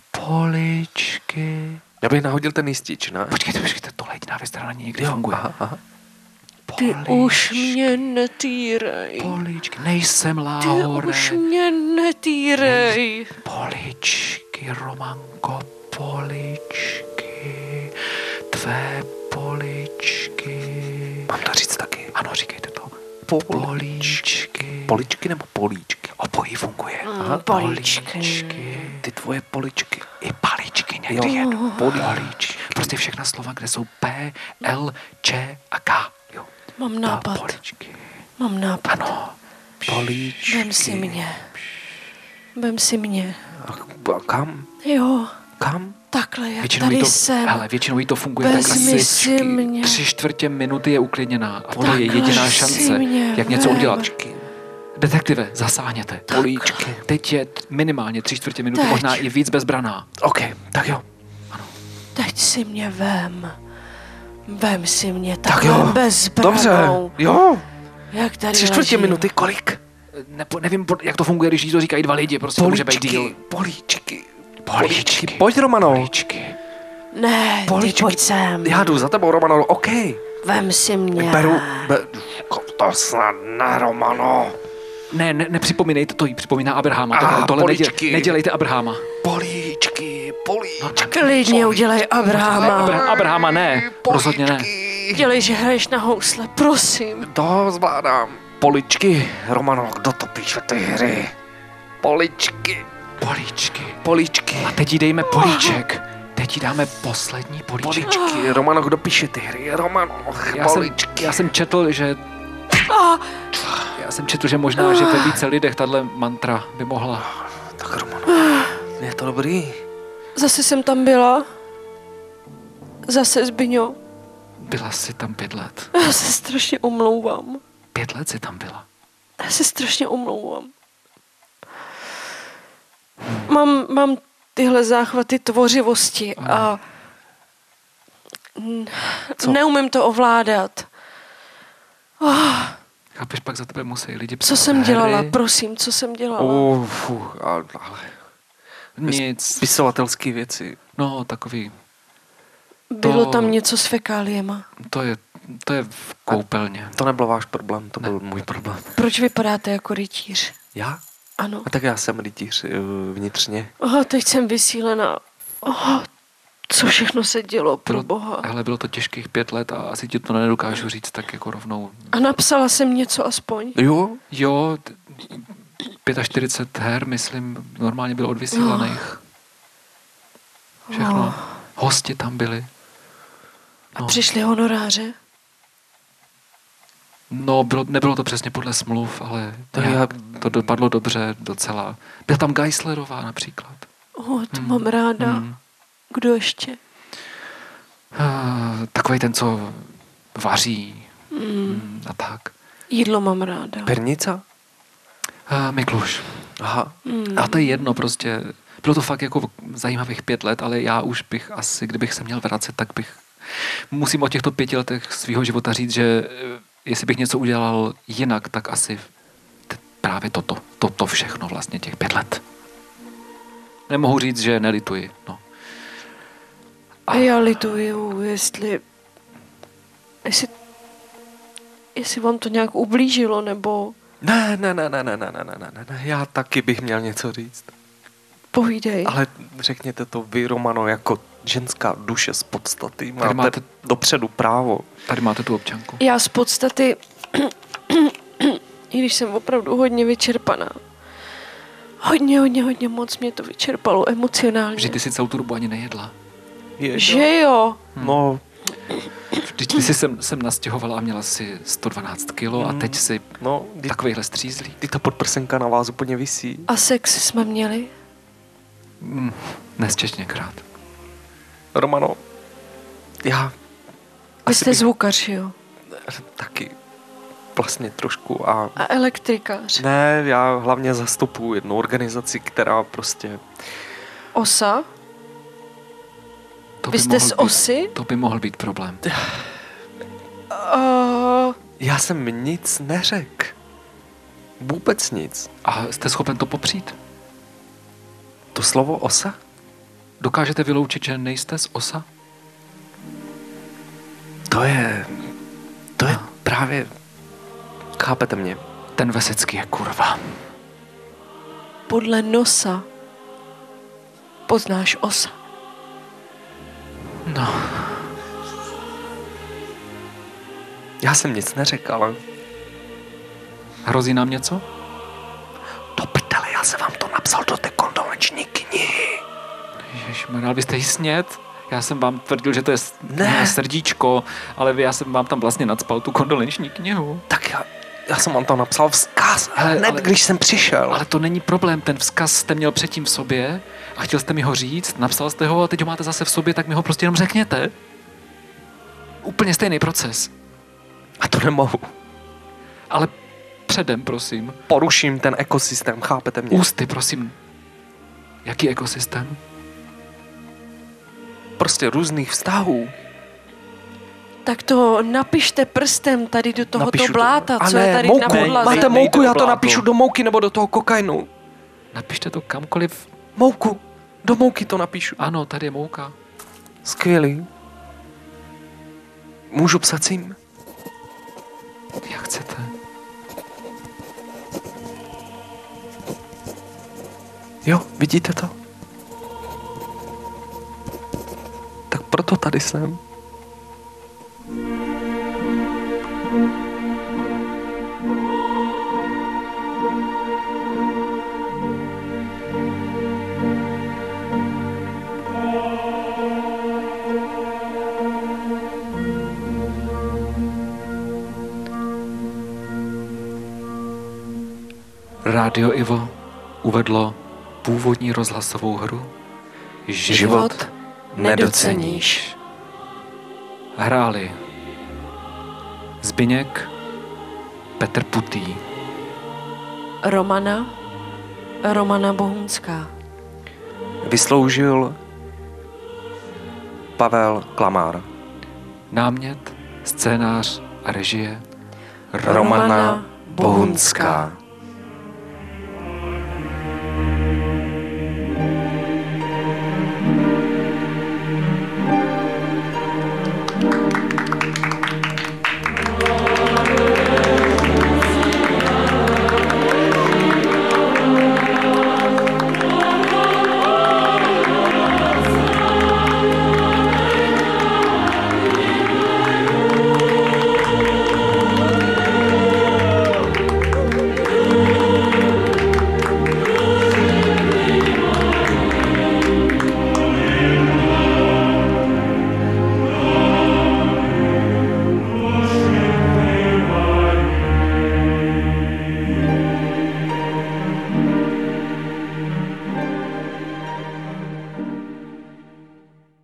poličky. Já bych nahodil ten jistič, ne? Počkejte, počkejte, tohle jediná věc, která na ní někdy Jo, funguje. aha, aha. Ty už mě netýrej. Poličky, nejsem Ty láhore. už mě netýrej. Poličky, Romanko, poličky, tvé poličky. Mám to říct taky. Ano, říkejte to. Poličky. Poličky. Poličky nebo políčky? Obojí funguje. Aha, poličky. Ty tvoje poličky. I paličky někdy Jo, jedou. políčky. Políčky. Prostě všechna slova, kde jsou P, L, Č a K. Jo. Mám Ta nápad. poličky. Mám nápad. Ano. Políčky. Vem si mě. Vem si mě. A, a kam? Jo, Kam? takhle, jak Většinou jí tady to, jsem. ale většinou jí to funguje tak Vezmi asi si mě. tři čtvrtě minuty je uklidněná. A to je Takhle jediná si šance, mě jak něco vem. udělat. Detektive, zasáhněte. Políčky. Teď je t- minimálně tři čtvrtě minuty, Teď. možná i víc bezbraná. OK, tak jo. Teď si mě vem. Vem si mě Tak takhle jo. bezbranou. Dobře. Jo. Jak tady Tři čtvrtě ležím. minuty, kolik? Nepo, nevím, po- jak to funguje, když jí to říkají dva lidi, prostě to může být díl. políčky. Políčky. Pojď, Romano. Políčky. Ne, ty Políčky. pojď sem. Já jdu za tebou, Romano. OK. Vem si mě. Beru. Be, to snad ne, Romano. Ne, ne, nepřipomínejte, to jí připomíná Abrahama. Ah, Tohle, tohle neděl, políčky. nedělejte Abrahama. Políčky, políčky. Klidně udělej Abrahama. Abra, Abrahama ne, rozhodně ne. Dělej, že hraješ na housle, prosím. To zvládám. Poličky. Romano, kdo to píše ty hry? Poličky. Políčky. Políčky. A teď jí dejme políček. Teď jí dáme poslední políček. Poličky. Romano, kdo píše ty hry? Romano, Já jsem, poličky. já jsem četl, že... Já jsem četl, že možná, že ve více lidech tahle mantra by mohla... Tak Romano, je to dobrý. Zase jsem tam byla. Zase, Zbyňo. Byla jsi tam pět let. Já se strašně omlouvám. Pět let jsi tam byla. Já se strašně omlouvám. Mám, mám tyhle záchvaty tvořivosti a Co? neumím to ovládat. Oh, Chápeš, pak za tebe musí lidi psát co jsem hry. dělala? Prosím, co jsem dělala? Uh, fuh, ale, ale Nic. spisovatelské věci. No, takový... Bylo to- tam něco s fekáliema. To je, to je v koupelně. To nebyl váš problém, to byl můj problém. Proč vypadáte jako rytíř? Já? Ano. A tak já jsem rytíř uh, vnitřně. Oh, teď jsem vysílená. Oh, co všechno se dělo, pro Bylo, boha. ale bylo to těžkých pět let a asi ti to nedokážu říct tak jako rovnou. A napsala jsem něco aspoň. Jo? Jo, t- čtyřicet pět her, myslím, normálně bylo odvysílaných. Všechno. Hosti tam byli. A přišly honoráře? No, bylo, nebylo to přesně podle smluv, ale To to, já- to dopadlo dobře docela. Byla tam Geislerová například. Oh, to mám ráda. Hmm. Kdo ještě? Uh, takový ten, co vaří Mm. mm, a tak. Jídlo mám ráda. Pernica? Uh, Mikluš. Aha. Mm. A to je jedno prostě. Bylo to fakt jako zajímavých pět let, ale já už bych asi, kdybych se měl vracet, tak bych... Musím o těchto pěti letech svého života říct, že eh, jestli bych něco udělal jinak, tak asi t- právě toto. Toto všechno vlastně, těch pět let. Nemohu říct, že nelituji. No. A já lituju, jestli... Jestli... Jestli vám to nějak ublížilo, nebo... Ne, ne, ne, ne, ne, ne, ne, ne, ne, ne, já taky bych měl něco říct. Povídej. Ale řekněte to vy, Romano, jako ženská duše z podstaty. Máte, máte- dopředu právo. Tady máte tu občanku. Já z podstaty... I když jsem opravdu hodně vyčerpaná. Hodně, hodně, hodně moc mě to vyčerpalo emocionálně. Že ty si celou tu dobu ani nejedla. Je, Že jo? No, Vždyť ty jsi sem, sem nastěhovala a měla si sto dvanáct kilo a Mm. teď si no, ty, takovejhle střízlý. ty ta podprsenka na vás úplně visí. A sex jsme měli? Mm, nesčetněkrát. Romano, já... Vy asi jste bych zvukař, jo? taky vlastně trošku a... A elektrikář? Ne, já hlavně zastupuji jednu organizaci, která prostě... Osa? To Vy by jste mohl z být- osy? To by mohl být problém. Uh, Já jsem nic neřekl. Vůbec nic. A jste schopen to popřít? To slovo osa? Dokážete vyloučit, že nejste z osa? To je... To je právě... Chápete mě? Ten Vesecký je kurva. podle nosa poznáš osa. No, Já jsem nic neřekl, ale... hrozí nám něco? Do prdele, já jsem vám to napsal do té kondolenční knihy. Ježišmarja, ale vy jste jí snět. Já jsem vám tvrdil, že to je s- Ne. mé srdíčko, ale vy, já jsem vám tam vlastně nacpal tu kondolenční knihu. Tak já, já jsem vám tam napsal vzkaz, Hele, hned ale- když jsem přišel. Ale to není problém, ten vzkaz jste měl předtím v sobě a chtěl jste mi ho říct, napsal jste ho a teď ho máte zase v sobě, tak mi ho prostě jenom řekněte. Úplně stejný proces. A to nemohu. Ale předem, prosím. Poruším ten ekosystém, chápete mě? Ústy, prosím. Jaký ekosystém? Prostě různých vztahů. Tak to napište prstem tady do tohoto Napíšu to- bláta, A co je ne, tady mouku. na podlaze. Máte Nejde mouku, do já to bláto. napíšu do mouky nebo do toho kokainu. Napište to kamkoliv. Mouku. Do mouky to napíšu. Ano, tady je mouka. Skvělý. Můžu psat sim? Jak chcete. Jo, vidíte to? Tak proto tady jsem. Rádio Ivo uvedlo původní rozhlasovou hru Život nedoceníš. Hráli Zbyněk, Petr Putý, Romana, Romana Bohunská. Vysloužil Pavel Klamár. námět, scénář a režie Romana Bohunská.